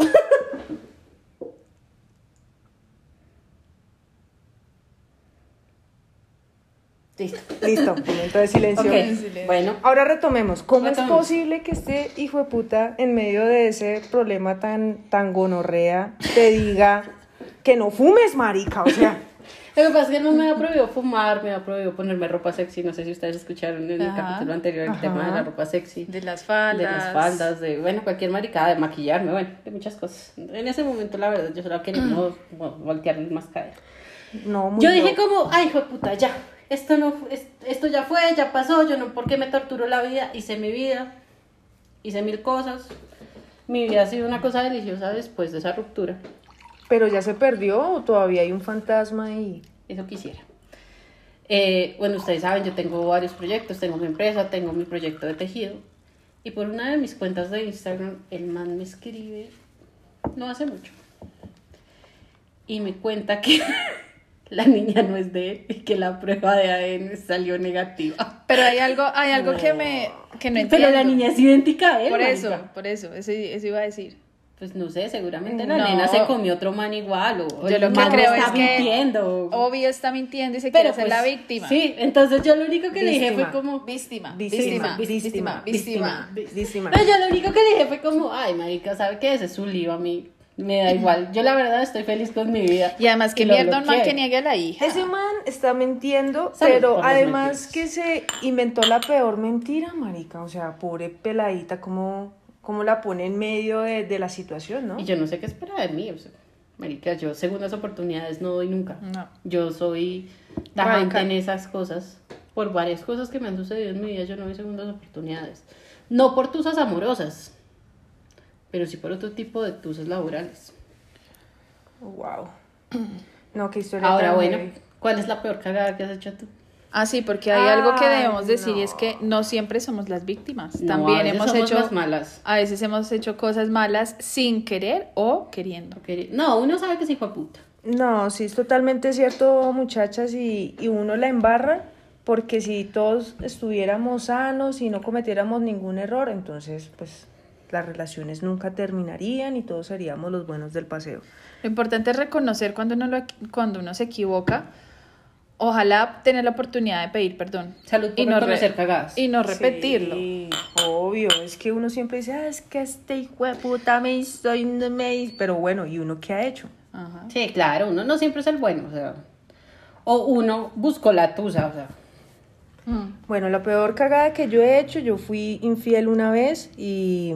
Listo, momento de silencio. Ok, bueno. Ahora retomemos. ¿Cómo es Retomemos. posible que este hijo de puta, en medio de ese problema tan gonorrea, te diga que no fumes, marica? O sea, Lo que pasa es que no me ha prohibido fumar, me ha prohibido ponerme ropa sexy. No sé si ustedes escucharon en el Ajá. capítulo anterior el Ajá. tema de la ropa sexy. De las faldas. De las faldas, de, bueno, cualquier maricada, de maquillarme, bueno, de muchas cosas. En ese momento, la verdad, yo solo quería voltearle más cadera. no, muy Yo dije loco. como, ay, hijo de puta, ya, esto ya fue, ya pasó, yo no, ¿por qué me torturo la vida? Hice mi vida, hice 1000 cosas. Mi vida ha sido una cosa deliciosa después de esa ruptura. ¿Pero ya se perdió o todavía hay un fantasma ahí? Eso quisiera. Bueno, ustedes saben, yo tengo varios proyectos, tengo mi empresa, tengo mi proyecto de tejido. Y por una de mis cuentas de Instagram, el man me escribe, no hace mucho, y me cuenta que la niña no es de él y que la prueba de ADN salió negativa. Pero hay algo que no entiendo. Pero la niña es idéntica a él. Por marica. eso iba a decir. Pues no sé, seguramente la No. nena se comió otro man igual. O Yo el lo que man creo está es que mintiendo. obvio está mintiendo y se Pero quiere hacer pues, la víctima. Sí, entonces yo lo único que le dije Víctima. fue como... Víctima. Víctima. No, yo lo único que le dije fue como, ay, marica, ¿sabe qué? Ese es su lío, a mí me da igual. Yo la verdad estoy feliz con mi vida. Y además que lo mierda un man bloqueé. que niegue a la hija. Ese man está mintiendo, Salud pero por las además mentiras. que se inventó la peor mentira, marica. O sea, pobre peladita, cómo la pone en medio de la situación, ¿no? Y yo no sé qué espera de mí, o sea, marica, yo segundas oportunidades no doy nunca. No. Yo soy tajante Radical. en esas cosas. Por varias cosas que me han sucedido en mi vida, yo no doy segundas oportunidades. No por tusas amorosas, pero sí por otro tipo de tusas laborales. Wow. No, qué historia Ahora, tan bueno, heavy. ¿cuál es la peor cagada que has hecho tú? Ah, sí, porque hay algo que debemos decir y no. es que no siempre somos las víctimas. No, También a veces hemos somos hecho las malas. a veces hemos hecho cosas malas sin querer o queriendo. No, uno sabe que es hijo de puta. No, sí, es totalmente cierto, muchachas, y uno la embarra, porque si todos estuviéramos sanos y no cometiéramos ningún error, entonces, pues, las relaciones nunca terminarían y todos seríamos los buenos del paseo. Lo importante es reconocer cuando uno se equivoca. Ojalá tener la oportunidad de pedir perdón. Salud por reconocer cagadas. Y no repetirlo. Sí, obvio, es que uno siempre dice, es que este hijo de puta me hizo, pero bueno, ¿y uno qué ha hecho? Ajá. Sí, claro, uno no siempre es el bueno, o sea. O uno buscó la tusa, o sea. Bueno, la peor cagada que yo he hecho, yo fui infiel una vez y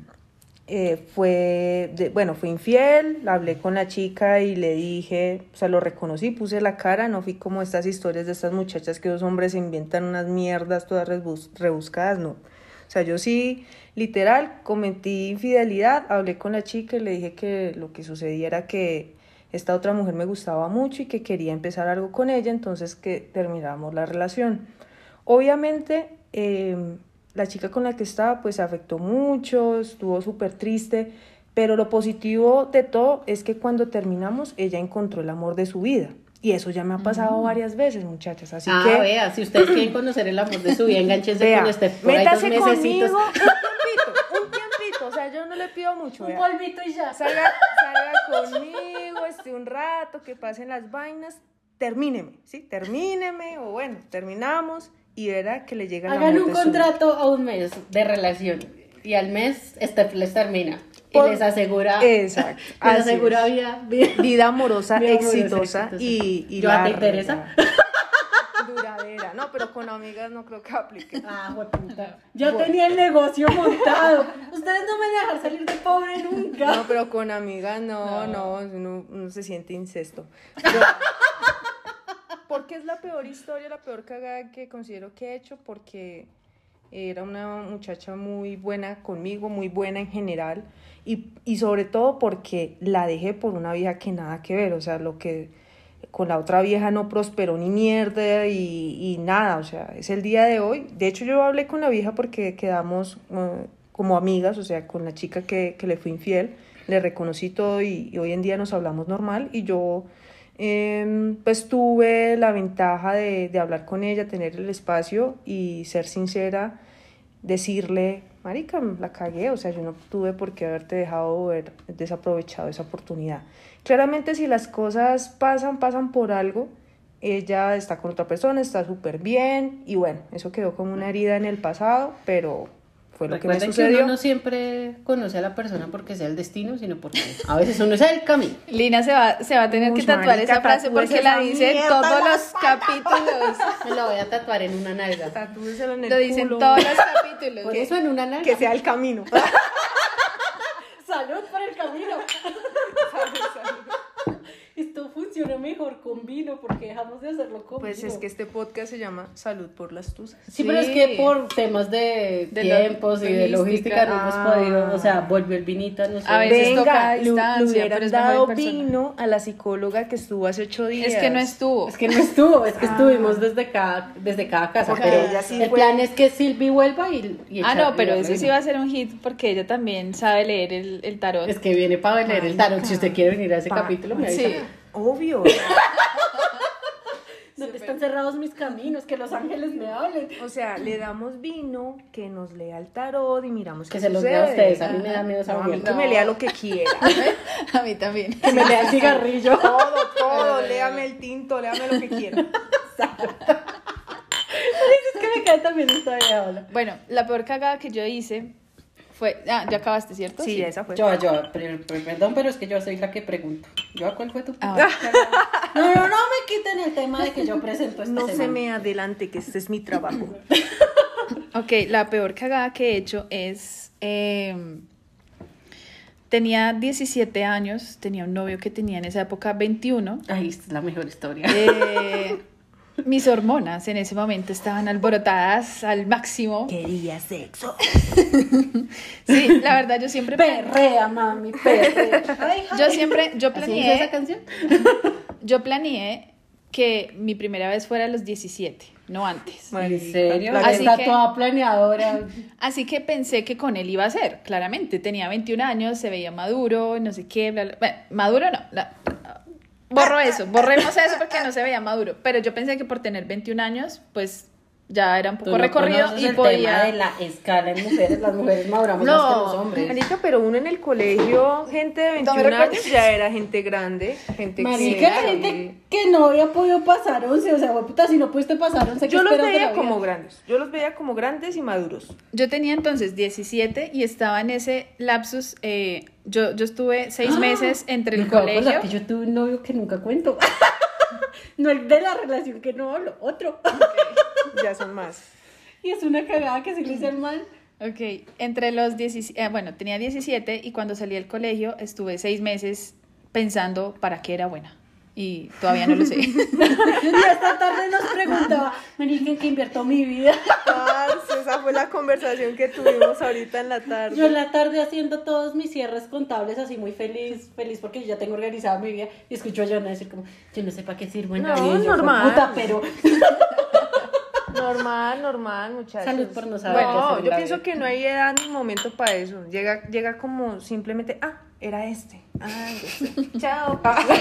fui infiel, hablé con la chica y le dije, o sea, lo reconocí, puse la cara, no fui como estas historias de estas muchachas que los hombres se inventan unas mierdas todas rebuscadas, no. O sea, yo sí, literal, cometí infidelidad, hablé con la chica y le dije que lo que sucedía era que esta otra mujer me gustaba mucho y que quería empezar algo con ella, entonces que termináramos la relación. Obviamente, la chica con la que estaba pues se afectó mucho, estuvo súper triste, pero lo positivo de todo es que cuando terminamos ella encontró el amor de su vida. Y eso ya me ha pasado varias veces, muchachas, así que... Vea, si ustedes quieren conocer el amor de su vida, enganchense Vea, con este por ahí 2 métase mesecitos. conmigo un tiempito, o sea, yo no le pido mucho, Un vea. polvito y ya. Salga conmigo, un rato, que pasen las vainas, termíneme, ¿sí? Termíneme, o bueno, terminamos, y verá que le llega el Hagan amor un de su vida. contrato a un mes de relación y al mes les termina Por- y les asegura Exacto, les así asegura es. Vida amorosa Vida amorosa exitosa y ¿Yo a te larga, interesa? duradera. No, pero con amigas no creo que aplique. Hueputa. Yo Bueno. tenía el negocio montado. Ustedes no me dejan salir de pobre nunca. No, pero con amigas no, uno se siente incesto. Porque es la peor historia, la peor cagada que considero que he hecho, porque era una muchacha muy buena conmigo, muy buena en general, y sobre todo porque la dejé por una vieja que nada que ver, o sea, lo que con la otra vieja no prosperó ni mierda y nada, o sea, es el día de hoy. De hecho, yo hablé con la vieja porque quedamos como amigas, o sea, con la chica que le fui infiel, le reconocí todo y hoy en día nos hablamos normal, y yo pues tuve la ventaja de hablar con ella, tener el espacio y ser sincera, decirle, marica, la cagué, o sea, yo no tuve por qué haberte dejado haber desaprovechado esa oportunidad. Claramente si las cosas pasan por algo. Ella está con otra persona, está súper bien, y bueno, eso quedó como una herida en el pasado, pero fue lo que me Recuerden sucedió. que uno no siempre conoce a la persona porque sea el destino, sino porque a veces uno es el camino. Lina se va a tener que tatuar marica, esa frase tatúese porque la esa dice en mierda todos en la los capítulos. Me lo voy a tatuar en una nalga. Tatúeselo en el Lo dice en culo. todos los capítulos. Por eso en una nalga. Que sea el camino. Salud por el camino. Esto funciona mejor con vino porque dejamos de hacerlo con Pues vino. es que este podcast se llama Salud por las Tusas. Sí, pero es que por temas de tiempos y de logística no hemos podido, o sea, volvió el vinito, no sé. A veces toca a le distancia, hubieran pero es mejor dado en persona. vino a la psicóloga que estuvo hace 8 días. Es que no estuvo. Es que no estuvo, es que estuvimos desde cada casa, Porque pero ella sí el fue- plan es que Silvi vuelva y No, pero echarle eso sí va a ser un hit porque ella también sabe leer el tarot. Es que viene para leer el tarot, si usted quiere venir a ese Pa- capítulo, me avisa. Sí. Obvio. ¿Dónde están cerrados mis caminos? Que los ángeles me hablen. O sea, le damos vino, que nos lea el tarot y miramos Que qué se los sucede. dé a ustedes, a mí me da miedo esa No, a mí mierda. que me lea lo que quiera. A mí también. Que me lea el cigarrillo. Todo, léame el tinto, léame lo que quiera. Es que me cae también esta vieja, hola. Bueno, la peor cagada que yo hice fue... ya acabaste, ¿cierto? Sí, esa fue. Yo, perdón, pero es que yo soy la que pregunto. ¿Cuál fue tu Ah. No me quiten el tema de que yo presento esta No semana. se me adelante, que este es mi trabajo. Ok, la peor cagada que he hecho es... tenía 17 años, tenía un novio que tenía en esa época 21. Ay, esta es la mejor historia. Mis hormonas en ese momento estaban alborotadas al máximo. Quería sexo. Sí, la verdad yo siempre... Perrea, mami, perrea. Ay, Yo ay. siempre, yo ¿Así dice esa planeé, canción? yo planeé que mi primera vez fuera a los 17, no antes. ¿En serio? La La Así está que- toda planeadora. Así que pensé que con él iba a ser, claramente. Tenía 21 años, se veía maduro, no sé qué, bla, bla. Bueno, maduro no. Borro eso, borremos eso porque no se veía maduro. Pero yo pensé que por tener 21 años, pues ya era un Tú poco no recorrido conoces y el podía... tema de la escala en mujeres. Las mujeres maduramos más que los hombres. Marica, pero uno en el colegio, gente de No me 21 recuerdes. años, ya era gente grande, gente Marica, que... la gente que no había podido pasar 11, o sea, güey, puta, si no pudiste pasar 11, ¿qué Yo los esperas de la veía vida? como grandes, yo los veía como grandes y maduros. Yo tenía entonces 17 y estaba en ese lapsus. Yo estuve 6 meses entre el Me acabo de acordar colegio. que yo tuve un novio que nunca cuento. No el de la relación que no hablo, otro. Ya son más. Y es una cagada que se le hice al mal. Ok, entre los 17, bueno, tenía 17 y cuando salí del colegio estuve 6 meses pensando para qué era buena. Y todavía no lo sé. Y esta tarde nos preguntaba, marica, ¿en qué invierto mi vida? Parce, esa fue la conversación que tuvimos ahorita en la tarde. Yo en la tarde haciendo todos mis cierres contables así muy feliz porque ya tengo organizada mi vida y escucho a Jonah decir como, yo no sé para qué sirvo en la No, vida. Y yo, normal. puta, pero Normal, muchachos. Salud por no saber qué hacer Bueno, en yo la pienso vida. que no hay edad ni momento para eso. Llega como simplemente, era este. Ya sé. Chao.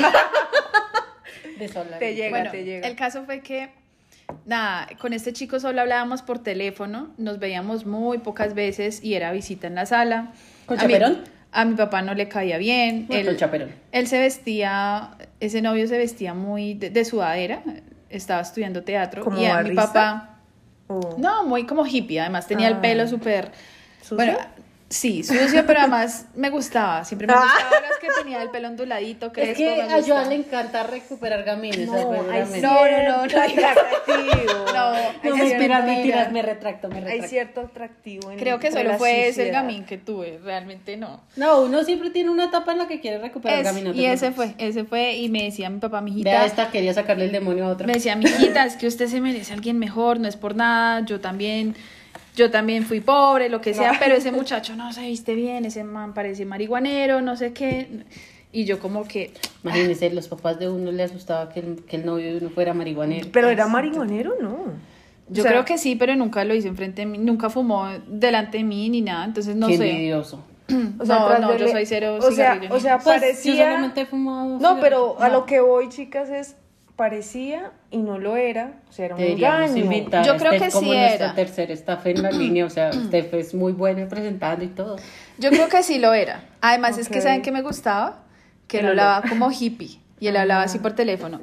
de sola. Te llega. Bueno, te llega. el caso fue que, nada, con este chico solo hablábamos por teléfono, nos veíamos muy pocas veces y era visita en la sala. ¿Con A mi- chaperón? A mi papá no le caía bien. No, con chaperón. Él se vestía, ese novio se vestía muy de sudadera, estaba estudiando teatro. ¿Como y a mi barrista? papá, Oh. no, muy como hippie, además tenía el Ah. pelo súper... ¿Sucio? Bueno, sí, sucio, pero además me gustaba, siempre me gustaba las que tenía el pelo onduladito, Es crespo, que me a Joan gustaba. le encanta recuperar gamines. No, hay seguramente. No, cierto atractivo. No, Hay No, cierto- mentiras, mentira. me retracto. Hay cierto atractivo en Creo que entre solo la fue ese el suciedad. gamín que tuve, realmente no. No, uno siempre tiene una etapa en la que quiere recuperar gamines. Y ese fue, y me decía mi papá, mijita, Vea esta, quería sacarle el demonio a otra. me decía, mijita, es que usted se merece a alguien mejor, no es por nada, yo también yo también fui pobre, lo que sea, pero ese muchacho no se viste bien, ese man parece marihuanero, no sé qué. Y yo como que... Imagínense, los papás de uno les asustaba que el novio de uno fuera marihuanero. Pero era marihuanero, ¿no? Yo creo que sí, pero nunca lo hizo enfrente de mí, nunca fumó delante de mí ni nada, entonces no Qué sé. envidioso. O sea, No, yo soy cero o sea, cigarrillo. o sea, Pues, parecía... yo solamente he fumado No, pero a no. lo que voy, chicas, es parecía y no lo era. O sea, era un Deberíamos engaño. invitar Yo a creo Steph que como sí nuestra era. tercera staff en la línea. O sea, Steph es muy buena presentando y todo. Yo creo que sí lo era. Además es que Ok. ¿saben qué me gustaba? Que él El hablaba olor. como hippie y él hablaba así por teléfono.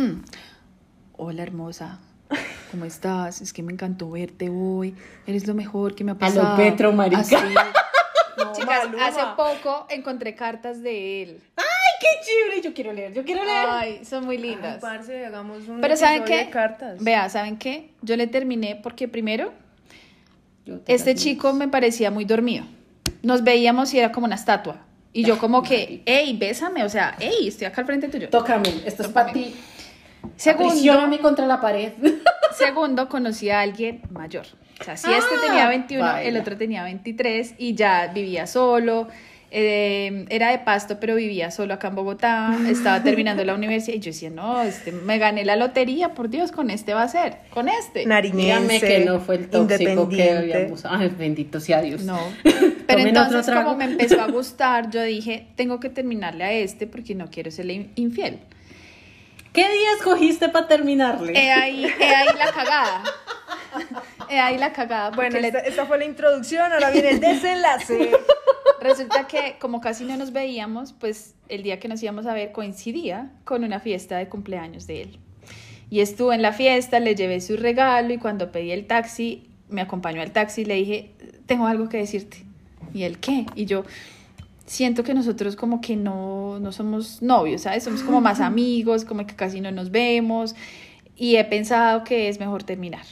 Hola hermosa, ¿cómo estás? Es que me encantó verte hoy. Eres lo mejor que me ha A pasado. lo Petro, marica. Así. No, Chicas, Maluma. hace poco encontré cartas de él. ¡Ay, qué chévere! Yo quiero leer. Ay, son muy Ay, lindas. parce, hagamos un Pero ¿saben episodio qué? de cartas. Vea, ¿saben qué? Yo le terminé porque primero, Yo te este las chico me parecía muy dormido. Nos veíamos y era como una estatua. Y yo como que, hey, bésame, o sea, hey, estoy acá al frente tuyo. Tócame, esto es para ti. Segundo, Aprisióname contra la pared. segundo, conocí a alguien mayor. O sea, si este tenía 21, baila. el otro tenía 23 y ya vivía solo. Era de Pasto, pero vivía solo acá en Bogotá. Estaba terminando la universidad y yo decía, no, me gané la lotería, por Dios, con este va a ser, con este. Nariñense, Dígame que no fue el tóxico que independiente. habíamos. Ay, bendito sea Dios. No. Pero Tomen otro entonces, trago. como me empezó a gustar, yo dije, tengo que terminarle a este porque no quiero serle infiel. ¿Qué día escogiste para terminarle? He ahí la cagada. He ahí la cagada. Bueno, Porque esta fue la introducción, ahora viene el desenlace. resulta que como casi no nos veíamos, pues el día que nos íbamos a ver coincidía con una fiesta de cumpleaños de él. Y estuve en la fiesta, le llevé su regalo y cuando pedí el taxi, me acompañó al taxi y le dije, tengo algo que decirte. ¿Y él qué? Y yo, siento que nosotros como que no somos novios, ¿sabes? Somos como más amigos, como que casi no nos vemos y he pensado que es mejor terminar.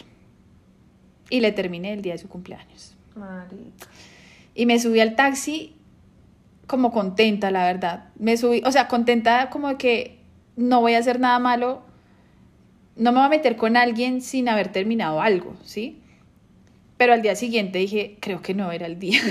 Y le terminé el día de su cumpleaños. Marica. Y me subí al taxi como contenta, la verdad. Me subí, o sea, contenta como de que no voy a hacer nada malo, no me voy a meter con alguien sin haber terminado algo, ¿sí? Pero al día siguiente dije, creo que no era el día.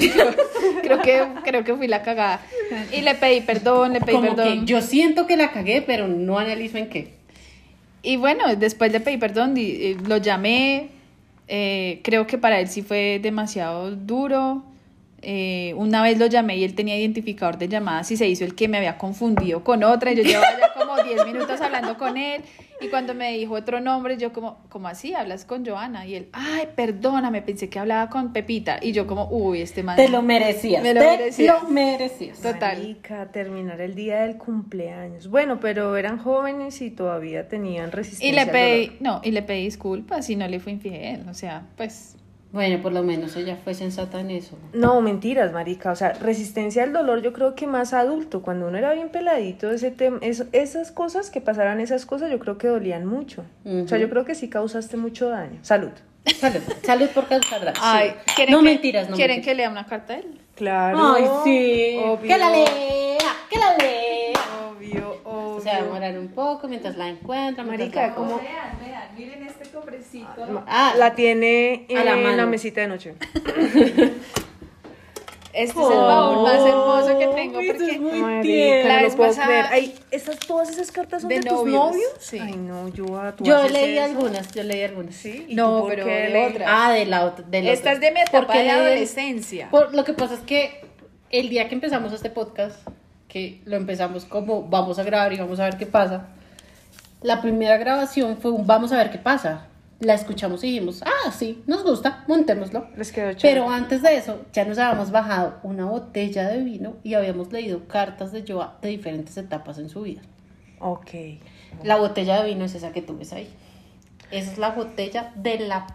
creo que fui la cagada. Y le pedí perdón, Como que yo siento que la cagué, pero no analizo en qué. Y bueno, después le pedí perdón, lo llamé. Creo que para él sí fue demasiado duro. Una vez lo llamé y él tenía identificador de llamadas y se hizo el que me había confundido con otra y yo llevaba ya como 10 minutos hablando con él y cuando me dijo otro nombre yo como así, hablas con Joana y él, ay, perdóname, pensé que hablaba con Pepita y yo como, uy, este man Te lo merecías. Me lo merecía. Lo merecías. Total. Marica, terminar el día del cumpleaños. Bueno, pero eran jóvenes y todavía tenían resistencia y le al pedí, dolor. no, y le pedí disculpas y no le fui infiel, o sea, pues Bueno, por lo menos ella fue sensata en eso. No, mentiras, marica. O sea, resistencia al dolor yo creo que más adulto. Cuando uno era bien peladito, esas cosas, que pasaran esas cosas, yo creo que dolían mucho. O sea, yo creo que sí causaste mucho daño. Salud. Salud. Salud por causar daño. ay, Sí. No mentiras, no ¿quieren mentiras. que lea una carta a él? Claro. Ay, sí. Obvio. Que la lea, que la lea. Obvio, obvio. O sea, demorar un poco mientras la encuentra. mientras Marica, la- como... Vean, miren este cofrecito. Ah, La tiene a la en mano. la mesita de noche. Este es el baúl más hermoso que tengo Uy, eso porque es muy Marica, tierno. La no vez lo puedo pasada- creer. Ay, todas esas cartas son De de, tus novios, novios. sí. Ay, no, tú Yo haces leí eso. algunas, yo leí algunas. Sí, ¿y No, tú por pero qué de leí? otra. Ah, de la otra. esta es de mi etapa Porque de la leí- adolescencia. Lo que pasa es que el día que empezamos este podcast, que lo empezamos como vamos a grabar y vamos a ver qué pasa, la primera grabación fue un vamos a ver qué pasa. La escuchamos y dijimos, ah, sí, nos gusta, montémoslo. Les quedó chévere. Pero antes de eso, ya nos habíamos bajado una botella de vino y habíamos leído cartas de Joa de diferentes etapas en su vida. Ok. La botella de vino es esa que tú ves ahí. Esa es la botella de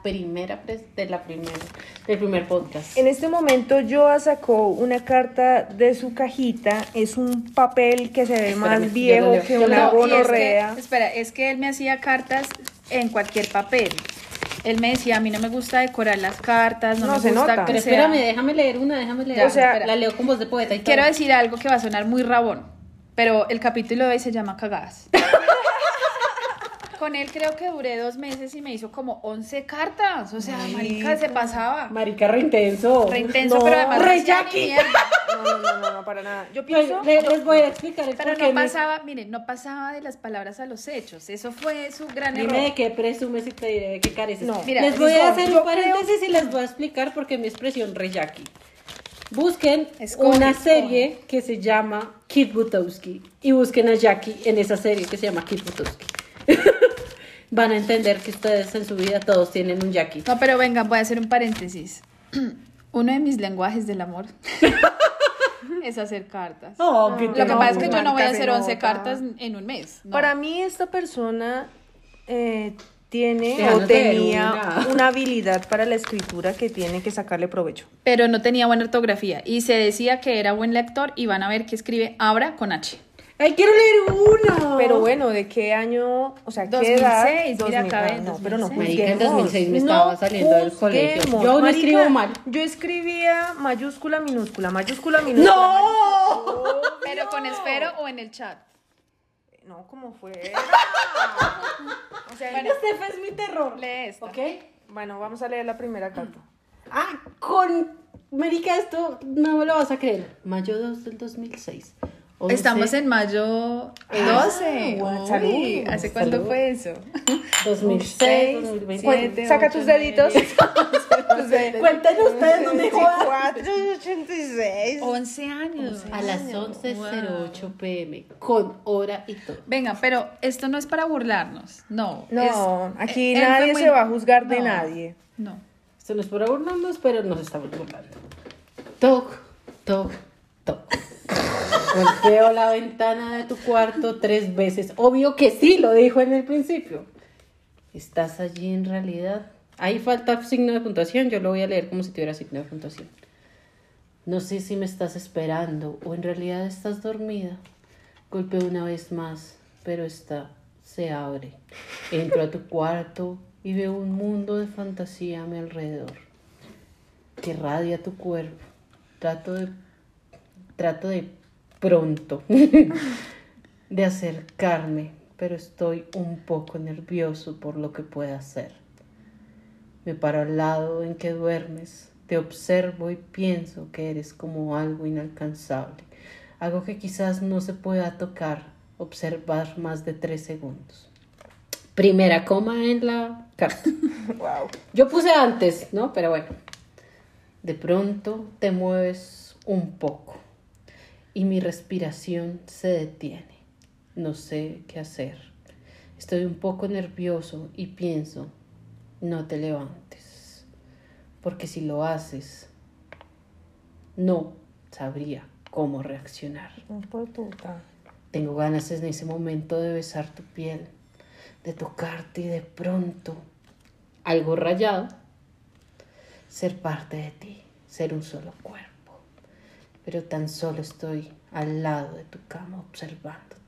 del primer podcast. En este momento Joa sacó una carta de su cajita. Es un papel que se ve Espérame, más yo viejo lo leo. que Yo una lo- No, y gonorrea. es que él me hacía cartas en cualquier papel. Él me decía, a mí no me gusta decorar las cartas, no No, me se gusta nota. que Pero sea- espérame, déjame leer una, déjame leer. Ya, o sea, la leo con voz de poeta y todo. Quiero decir algo que va a sonar muy rabón, pero el capítulo de hoy se llama Cagadas. Con él creo que duré 2 meses y me hizo como 11 cartas. O sea, marica, se pasaba. Marica, re intenso. Re intenso, No, pero además re no hacía ni Jackie. mierda. No, para nada. Yo Pues, pienso... les voy a explicar el Pero por qué no pasaba, miren, no pasaba de las palabras a los hechos. Eso fue su gran Dime error. de qué presumes y te diré de qué careces. No. Mira, les voy listo, a hacer yo un paréntesis y les voy a explicar por qué mi expresión re Jackie. Busquen Escoge, una escoge. serie que se llama Kid Butowski y busquen a Jackie en esa serie que se llama Kid Butowski. Van a entender que ustedes en su vida todos tienen un Jackie. No, pero vengan, voy a hacer un paréntesis. Uno de mis lenguajes del amor es hacer cartas. Oh, qué Lo que pasa es que yo no voy a marica, hacer se 11 nota. cartas en un mes. no. Para mí esta persona tiene Déjanos o leer tenía una. una habilidad para la escritura que tiene que sacarle provecho. Pero no tenía buena ortografía y se decía que era buen lector y van a ver que escribe Abra con H. ¡Ay, quiero leer uno! Pero bueno, ¿de qué año? O sea, ¿qué 2006, edad? mira, acá ven, no, pero no 2006. Marica, en juzguemos. 2006 me estaba saliendo del colegio. juzguemos. Yo no Marica, escribo mal. Yo escribía mayúscula, minúscula, mayúscula, minúscula. ¡No! Pero con esfero o en el chat. No, como fuera. O sea, Bueno, Este es mi terror. lee esta. ¿Ok? bueno, vamos a leer la primera carta. Ah, Marica, esto no me lo vas a creer. Mayo 2 del 2006. 11. Estamos en mayo 12. bueno, Uy, salud. ¿hace cuánto Salud. fue eso? 2006, 2020. Bueno, saca tus deditos. Tus deditos. Cuenten ustedes, no me jodan. 86. 11 años. A las 11:08 pm, con hora y todo. Venga, pero esto no es para burlarnos. No. No, aquí él fue nadie muy- se va a juzgar de No, nadie. No. Esto no es para burlarnos, pero nos estamos burlando. Toc, toc, toc. Golpeo la ventana de tu cuarto 3 veces. Obvio que sí, lo dijo en el principio. ¿Estás allí en realidad? Ahí falta signo de puntuación. Yo lo voy a leer como si tuviera signo de puntuación. No sé si me estás esperando o en realidad estás dormida. Golpeo una vez más, pero esta se abre. Entro a tu cuarto y veo un mundo de fantasía a mi alrededor que radia tu cuerpo. Trato de pronto de acercarme, pero estoy un poco nervioso por lo que pueda hacer. Me paro al lado en que duermes, te observo y pienso que eres como algo inalcanzable, algo que quizás no se pueda tocar, observar más de 3 segundos. Primera coma en la carta. Wow. Yo puse antes, ¿no? Pero bueno. De pronto te mueves un poco y mi respiración se detiene. No sé qué hacer. Estoy un poco nervioso y pienso, no te levantes, porque si lo haces, no sabría cómo reaccionar. Por puta. Tengo ganas en ese momento de besar tu piel, de tocarte y de pronto, algo rayado, ser parte de ti, ser un solo cuerpo. Pero tan solo estoy al lado de tu cama observándote.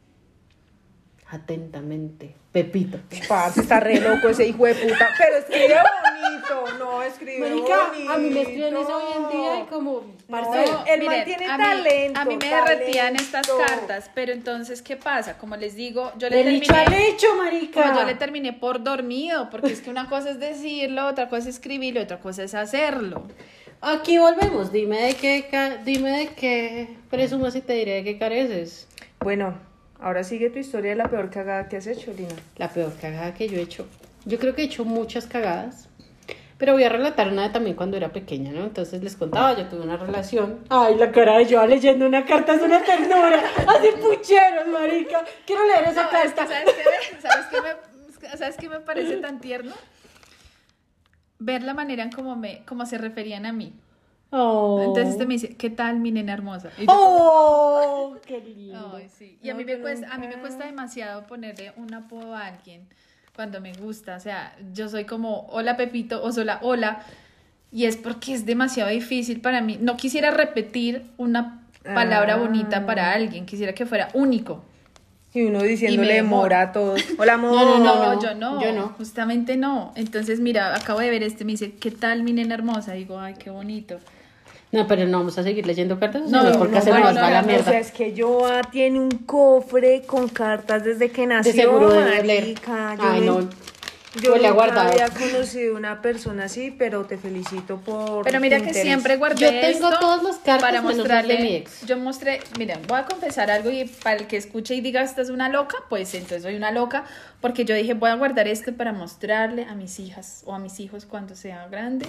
Atentamente, Pepito. Parce, está re loco ese hijo de puta. Pero escribe bonito. No, escribe Marica, bonito. a mí me escriben eso hoy en día y como, parce, No, el man Miren, tiene a mí- talento. A mí me derretían talento. estas cartas, pero entonces, ¿qué pasa? Como les digo, yo le del hecho al terminé... hecho, marica. Como yo le terminé por dormido, porque es que una cosa es decirlo, otra cosa es escribirlo, otra cosa es hacerlo. Aquí volvemos, dime de qué presumas y te diré de qué careces. Bueno, ahora sigue tu historia de la peor cagada que has hecho, Lina. La peor cagada que yo he hecho. Yo creo que he hecho muchas cagadas. Pero voy a relatar una de también cuando era pequeña, ¿no? Entonces les contaba, yo tuve una relación. Ay, la cara de Joa leyendo una carta es una ternura. Así pucheros, marica. Quiero leer esa No, es que, carta. ¿sabes qué me parece tan tierno? Ver la manera en cómo se referían a mí. Oh. Entonces me dice, ¿qué tal mi nena hermosa? Y yo, Oh, qué lindo. ay, sí. Y a No, mí yo a mí me nunca. cuesta demasiado ponerle un apodo a alguien cuando me gusta. O sea, yo soy como hola Pepito o sola hola. Y es porque es demasiado difícil para mí. No quisiera repetir una palabra bonita para alguien. Quisiera que fuera único. Y uno Y me diciéndole demora. mora a todos. Hola, amor. No, yo no. yo no. Justamente no. Entonces, mira, acabo de ver me dice, ¿qué tal mi nena hermosa? Digo, ay, qué bonito. No, pero no vamos a seguir leyendo cartas. No, No, porque no, se nos Mari, va no, la no, mierda. O sea, es que Joa tiene un cofre con cartas desde que nació, seguro debe leer. marica. Ay, no. Yo Huele a nunca guardado. había conocido una persona así, pero te felicito por Pero mira tu que interés. siempre guardé Yo tengo esto todas las cartas para menos las mostrarle de mi ex. Yo mostré, mira, voy a confesar algo y para el que escuche y diga esta es una loca, pues entonces soy una loca, porque yo dije voy a guardar esto para mostrarle a mis hijas o a mis hijos cuando sea grande.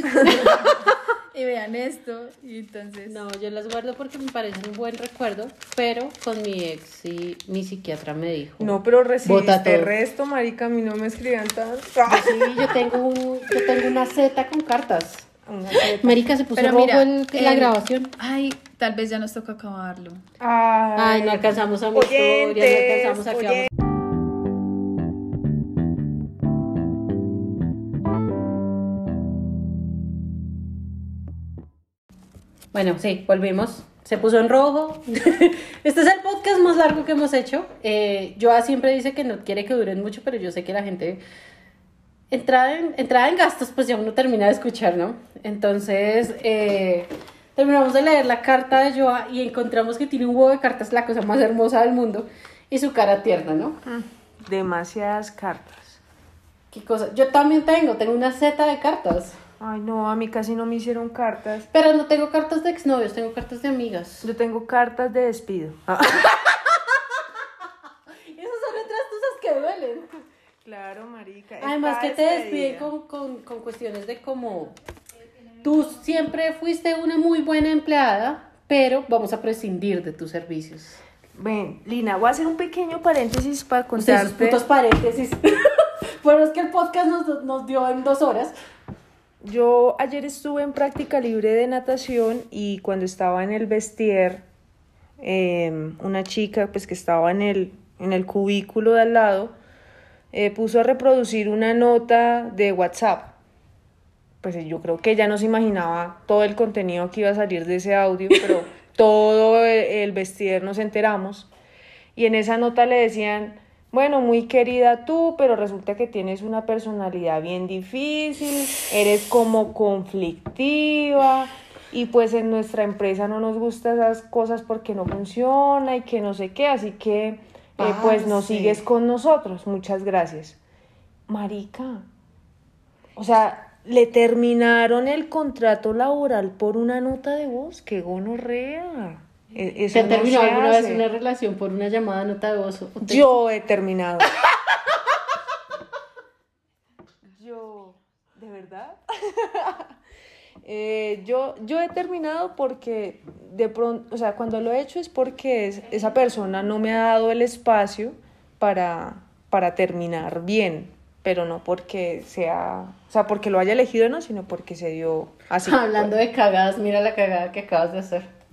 Y vean esto, y entonces... No, yo las guardo porque me parece un buen recuerdo, pero con mi ex sí, mi psiquiatra me dijo. No, pero Bota recibiste todo. resto, marica, a mí no me escribían tanto. Sí, yo tengo una seta con cartas. Marica, se puso Pero rojo mira, la grabación. Ay, tal vez ya nos toca acabarlo. Ay, no alcanzamos a mi historia, no alcanzamos a que vamos. Bueno, sí, volvimos. Se puso en rojo. Este es el podcast más largo que hemos hecho. Joa siempre dice que no quiere que duren mucho, pero yo sé que la gente... Entrada en gastos, pues ya uno termina de escuchar, ¿no? Entonces, terminamos de leer la carta de Joa y encontramos que tiene un huevo de cartas, la cosa más hermosa del mundo, y su cara tierna, ¿no? Demasiadas cartas. ¿Qué cosa? Yo también tengo una seta de cartas. Ay, no, a mí casi no me hicieron cartas. Pero no tengo cartas de exnovios, tengo cartas de amigas. Yo tengo cartas de despido. Esas son otras cosas que duelen. Claro, marica. Además que te despiden con cuestiones de como... Tú siempre fuiste una muy buena empleada, pero vamos a prescindir de tus servicios. Ven, Lina, voy a hacer un pequeño paréntesis para Ustedes, contarte. putos paréntesis. Bueno, es que el podcast nos dio en 2 horas. Yo ayer estuve en práctica libre de natación y cuando estaba en el vestier, una chica pues que estaba en el cubículo de al lado, puso a reproducir una nota de WhatsApp. Pues yo creo que ella no se imaginaba todo el contenido que iba a salir de ese audio, pero todo el vestier nos enteramos. Y en esa nota le decían, bueno, muy querida tú, pero resulta que tienes una personalidad bien difícil, eres como conflictiva y pues en nuestra empresa no nos gustan esas cosas porque no funciona y que no sé qué, así que pues no sí. sigues con nosotros, muchas gracias. Marica, o sea, le terminaron el contrato laboral por una nota de voz, qué gonorrea. Eso ¿Te han no terminado se alguna vez hace. una relación por una llamada nota de voz? Yo he terminado. Yo, ¿de verdad? Yo he terminado porque de pronto, o sea, cuando lo he hecho es porque esa persona no me ha dado el espacio para terminar bien, pero no porque sea, o sea, porque lo haya elegido no, sino porque se dio así. Hablando de cagadas, mira la cagada que acabas de hacer.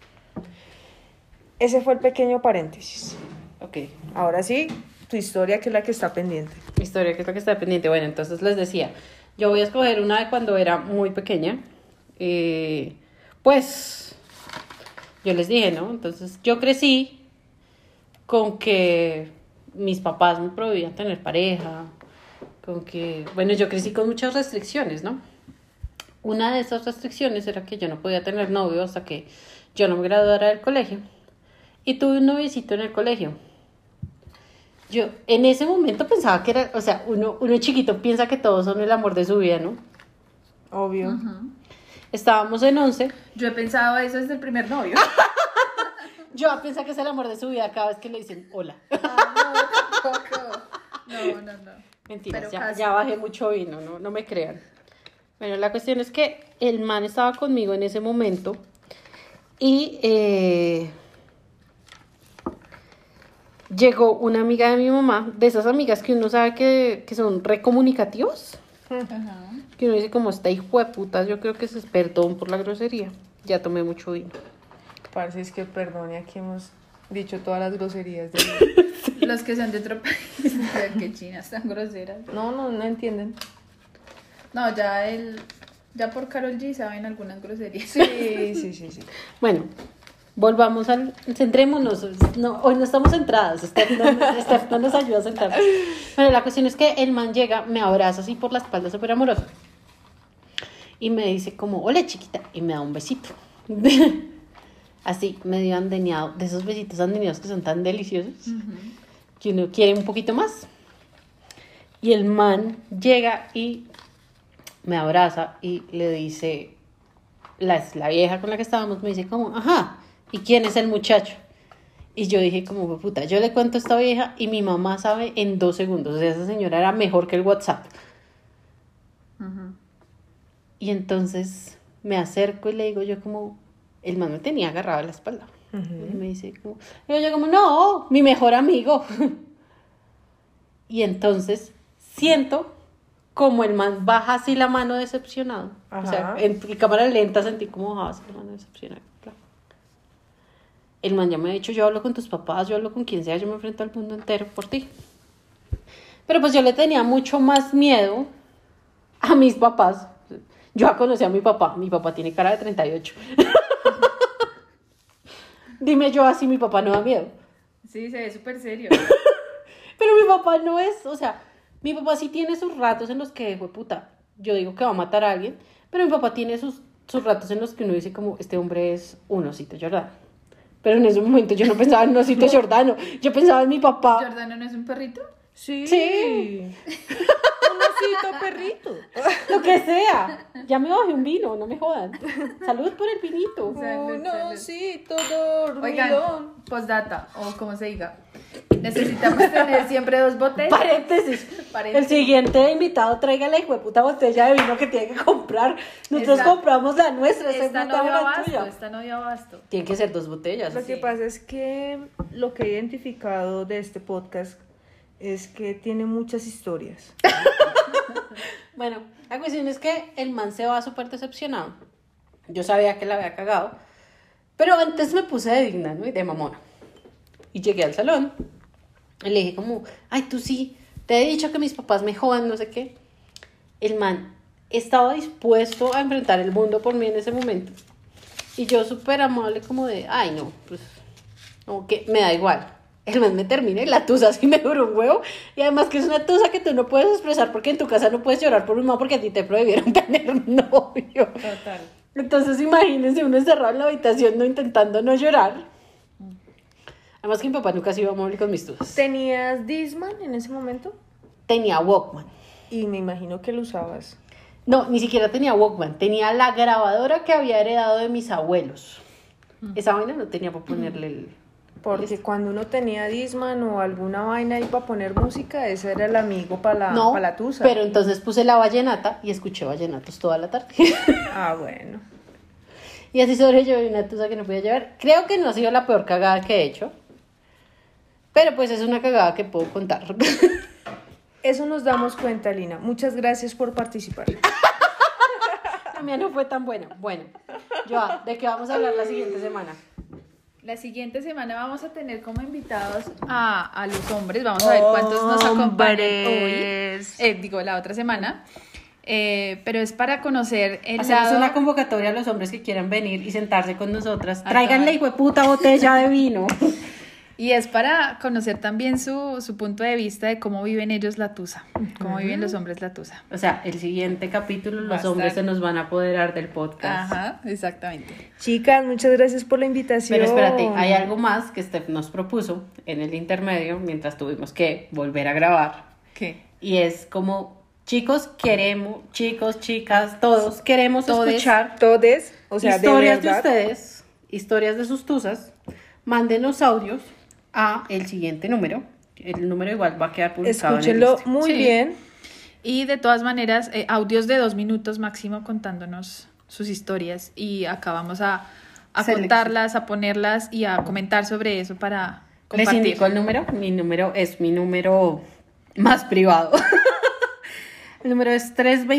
Ese fue el pequeño paréntesis. Ok. Ahora sí, tu historia que es la que está pendiente. Historia, que es lo que está pendiente. Bueno, entonces les decía, yo voy a escoger una de cuando era muy pequeña. Pues, yo les dije, ¿no? Entonces, yo crecí con que mis papás me prohibían tener pareja, con que, bueno, yo crecí con muchas restricciones, ¿no? Una de esas restricciones era que yo no podía tener novio hasta que yo no me graduara del colegio. Y tuve un noviecito en el colegio. Yo en ese momento pensaba que era, o sea, uno chiquito piensa que todos son el amor de su vida, ¿no? Obvio. Estábamos en 11. Yo he pensado eso desde el primer novio. Yo pienso que es el amor de su vida cada vez que le dicen hola. No, tampoco. No. Mentiras, Pero casi. ya bajé mucho vino, no me crean. Bueno, la cuestión es que el man estaba conmigo en ese momento y llegó una amiga de mi mamá, de esas amigas que uno sabe que son recomunicativos, Ajá. que uno dice como esta hijo de puta, yo creo que es perdón por la grosería. Ya tomé mucho vino. Parce, es que perdone, aquí hemos dicho todas las groserías de Los que son de otro país, que chinas tan groseras. No entienden. No, ya por Karol G saben algunas groserías. Sí. Bueno, volvamos centrémonos. No, hoy no estamos centradas. Steph no nos ayuda a sentarnos. Bueno, la cuestión es que el man llega, me abraza así por la espalda, súper amoroso. y me dice como, hola chiquita, y me da un besito. Así, medio andeneado, de esos besitos andeneados que son tan deliciosos, que uno quiere un poquito más. Y el man llega y me abraza y le dice, la vieja con la que estábamos me dice como, ajá, ¿y quién es el muchacho? Y yo dije como, puta, yo le cuento a esta vieja y mi mamá sabe en 2 segundos. O sea, esa señora era mejor que el WhatsApp. Y entonces me acerco y le digo yo como, el man me tenía agarrado a la espalda. Y me dice como, y yo como, no, mi mejor amigo. Y entonces siento como el man baja así la mano decepcionado. Ajá. O sea, en cámara lenta sentí como bajaba así la mano decepcionada. El man ya me ha dicho, yo hablo con tus papás, yo hablo con quien sea, yo me enfrento al mundo entero por ti. Pero pues yo le tenía mucho más miedo a mis papás. Yo ya conocí a mi papá tiene cara de 38. Dime yo así, mi papá no da miedo. Sí, se ve súper serio. Pero mi papá no es, o sea, mi papá sí tiene sus ratos en los que, puta, yo digo que va a matar a alguien, pero mi papá tiene sus ratos en los que uno dice como, este hombre es un osito Jordano. Pero en ese momento yo no pensaba en un osito Jordano, yo pensaba en mi papá. ¿Jordano no es un perrito? Sí. Sí. Un osito perrito. Lo que sea. Ya me bajé un vino, no me jodan. Salud por el vinito. Salud, Un salud. osito dormilón. Oigan, postdata, o como se diga. Necesitamos tener siempre 2 botellas. Paréntesis. El siguiente invitado traiga la hijueputa botella de vino que tiene que comprar. Nosotros compramos la nuestra. Esta no dio la abasto, tuya. esta no dio abasto. Tienen que ser 2 botellas. Lo que pasa es que lo que he identificado de este podcast es que tiene muchas historias. Bueno, la cuestión es que el man se va súper decepcionado. Yo sabía que la había cagado. Pero antes me puse de digna, ¿no? Y de mamona. Y llegué al salón. Y le dije como, ay, tú sí, te he dicho que mis papás me jodan, no sé qué. El man estaba dispuesto a enfrentar el mundo por mí en ese momento. Y yo súper amable como de, ay, no, pues, como que me da igual. El man me termina y la tusa así me duró un huevo. Y además que es una tusa que tú no puedes expresar porque en tu casa no puedes llorar por un mamá porque a ti te prohibieron tener novio. Total. Entonces imagínense uno encerrado en la habitación no intentando no llorar. Además que mi papá nunca ha sido amable con mis tusas. ¿Tenías Discman en ese momento? Tenía Walkman. Y me imagino que lo usabas. No, ni siquiera tenía Walkman. Tenía la grabadora que había heredado de mis abuelos. Esa vaina no tenía para ponerle el... Porque cuando uno tenía Discman o alguna vaina ahí para poner música, ese era el amigo para No, la tusa. pero entonces puse la vallenata y escuché vallenatos toda la tarde. Ah, bueno. Y así sobrellevé una tusa que no podía llevar. Creo que no ha sido la peor cagada que he hecho. Pero pues es una cagada que puedo contar. Eso nos damos cuenta, Lina. Muchas gracias por participar. La mía no fue tan buena. Bueno, Joa, ¿de qué vamos a hablar la siguiente semana? La siguiente semana vamos a tener como invitados a los hombres. Vamos a ver cuántos nos acompañan hoy. Digo, la otra semana. Pero es para conocer el Hacemos lado... una convocatoria a los hombres que quieran venir y sentarse con nosotras. Tráiganle hijueputa botella de vino. Y es para conocer también su punto de vista de cómo viven ellos la tusa, cómo viven los hombres la tusa. O sea, el siguiente capítulo Va a los hombres estar- se nos van a apoderar del podcast. Ajá, exactamente. Chicas, muchas gracias por la invitación. Pero espérate, hay algo más que Steph nos propuso en el intermedio mientras tuvimos que volver a grabar. ¿Qué? Y es como, chicos, chicas, todos queremos Todes. escuchar Todes, o sea, historias de de verdad. ustedes, historias de sus tusas. Mándenos audios a el siguiente número. El número igual va a quedar publicado Escúchenlo en el Insta. muy Sí. bien. Y de todas maneras, audios de 2 minutos máximo contándonos sus historias. Y acá vamos a contarlas, a ponerlas y a comentar sobre eso para ¿Les compartir. indico el número? Mi número es mi número más privado. El número es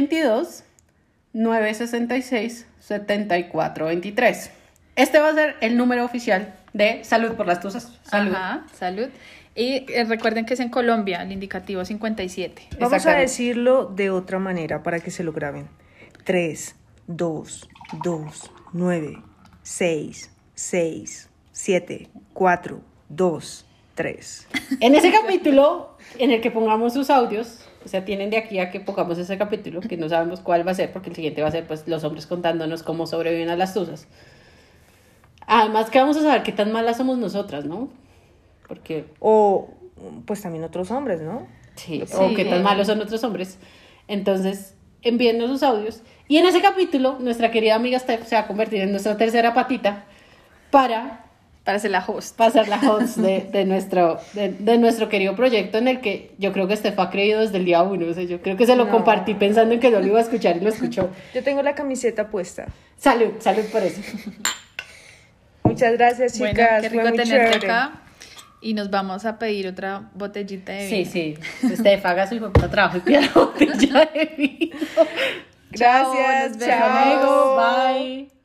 322-966-7423. Este va a ser el número oficial de Salud por las Tusas. Salud. Ajá, salud. Y recuerden que es en Colombia, el indicativo 57. Vamos a Exactamente. decirlo de otra manera para que se lo graben. 3, 2, 2, 9, 6, 6, 7, 4, 2, 3. En ese capítulo en el que pongamos sus audios, o sea, tienen de aquí a que pongamos ese capítulo, que no sabemos cuál va a ser, porque el siguiente va a ser pues los hombres contándonos cómo sobreviven a las tusas. Además que vamos a saber qué tan malas somos nosotras, ¿no? Porque... O pues también otros hombres, ¿no? Sí, o qué tan malos son otros hombres. Entonces, envíennos sus audios. Y en ese capítulo, nuestra querida amiga Steph se va a convertir en nuestra tercera patita para ser la host. Para ser la host de nuestro querido proyecto, en el que yo creo que Steph ha creído desde el día 1. O sea, yo creo que se lo compartí pensando en que no lo iba a escuchar y lo escuchó. Yo tengo la camiseta puesta. Salud por eso. Muchas gracias, chicas. Bueno, qué rico fue muy tenerte chévere. acá. Y nos vamos a pedir otra botellita de vino. Sí. Steph, haga su hijo de puta trabajo y pida la botella de vino. Gracias, Chao, nos vemos. chao. Bye.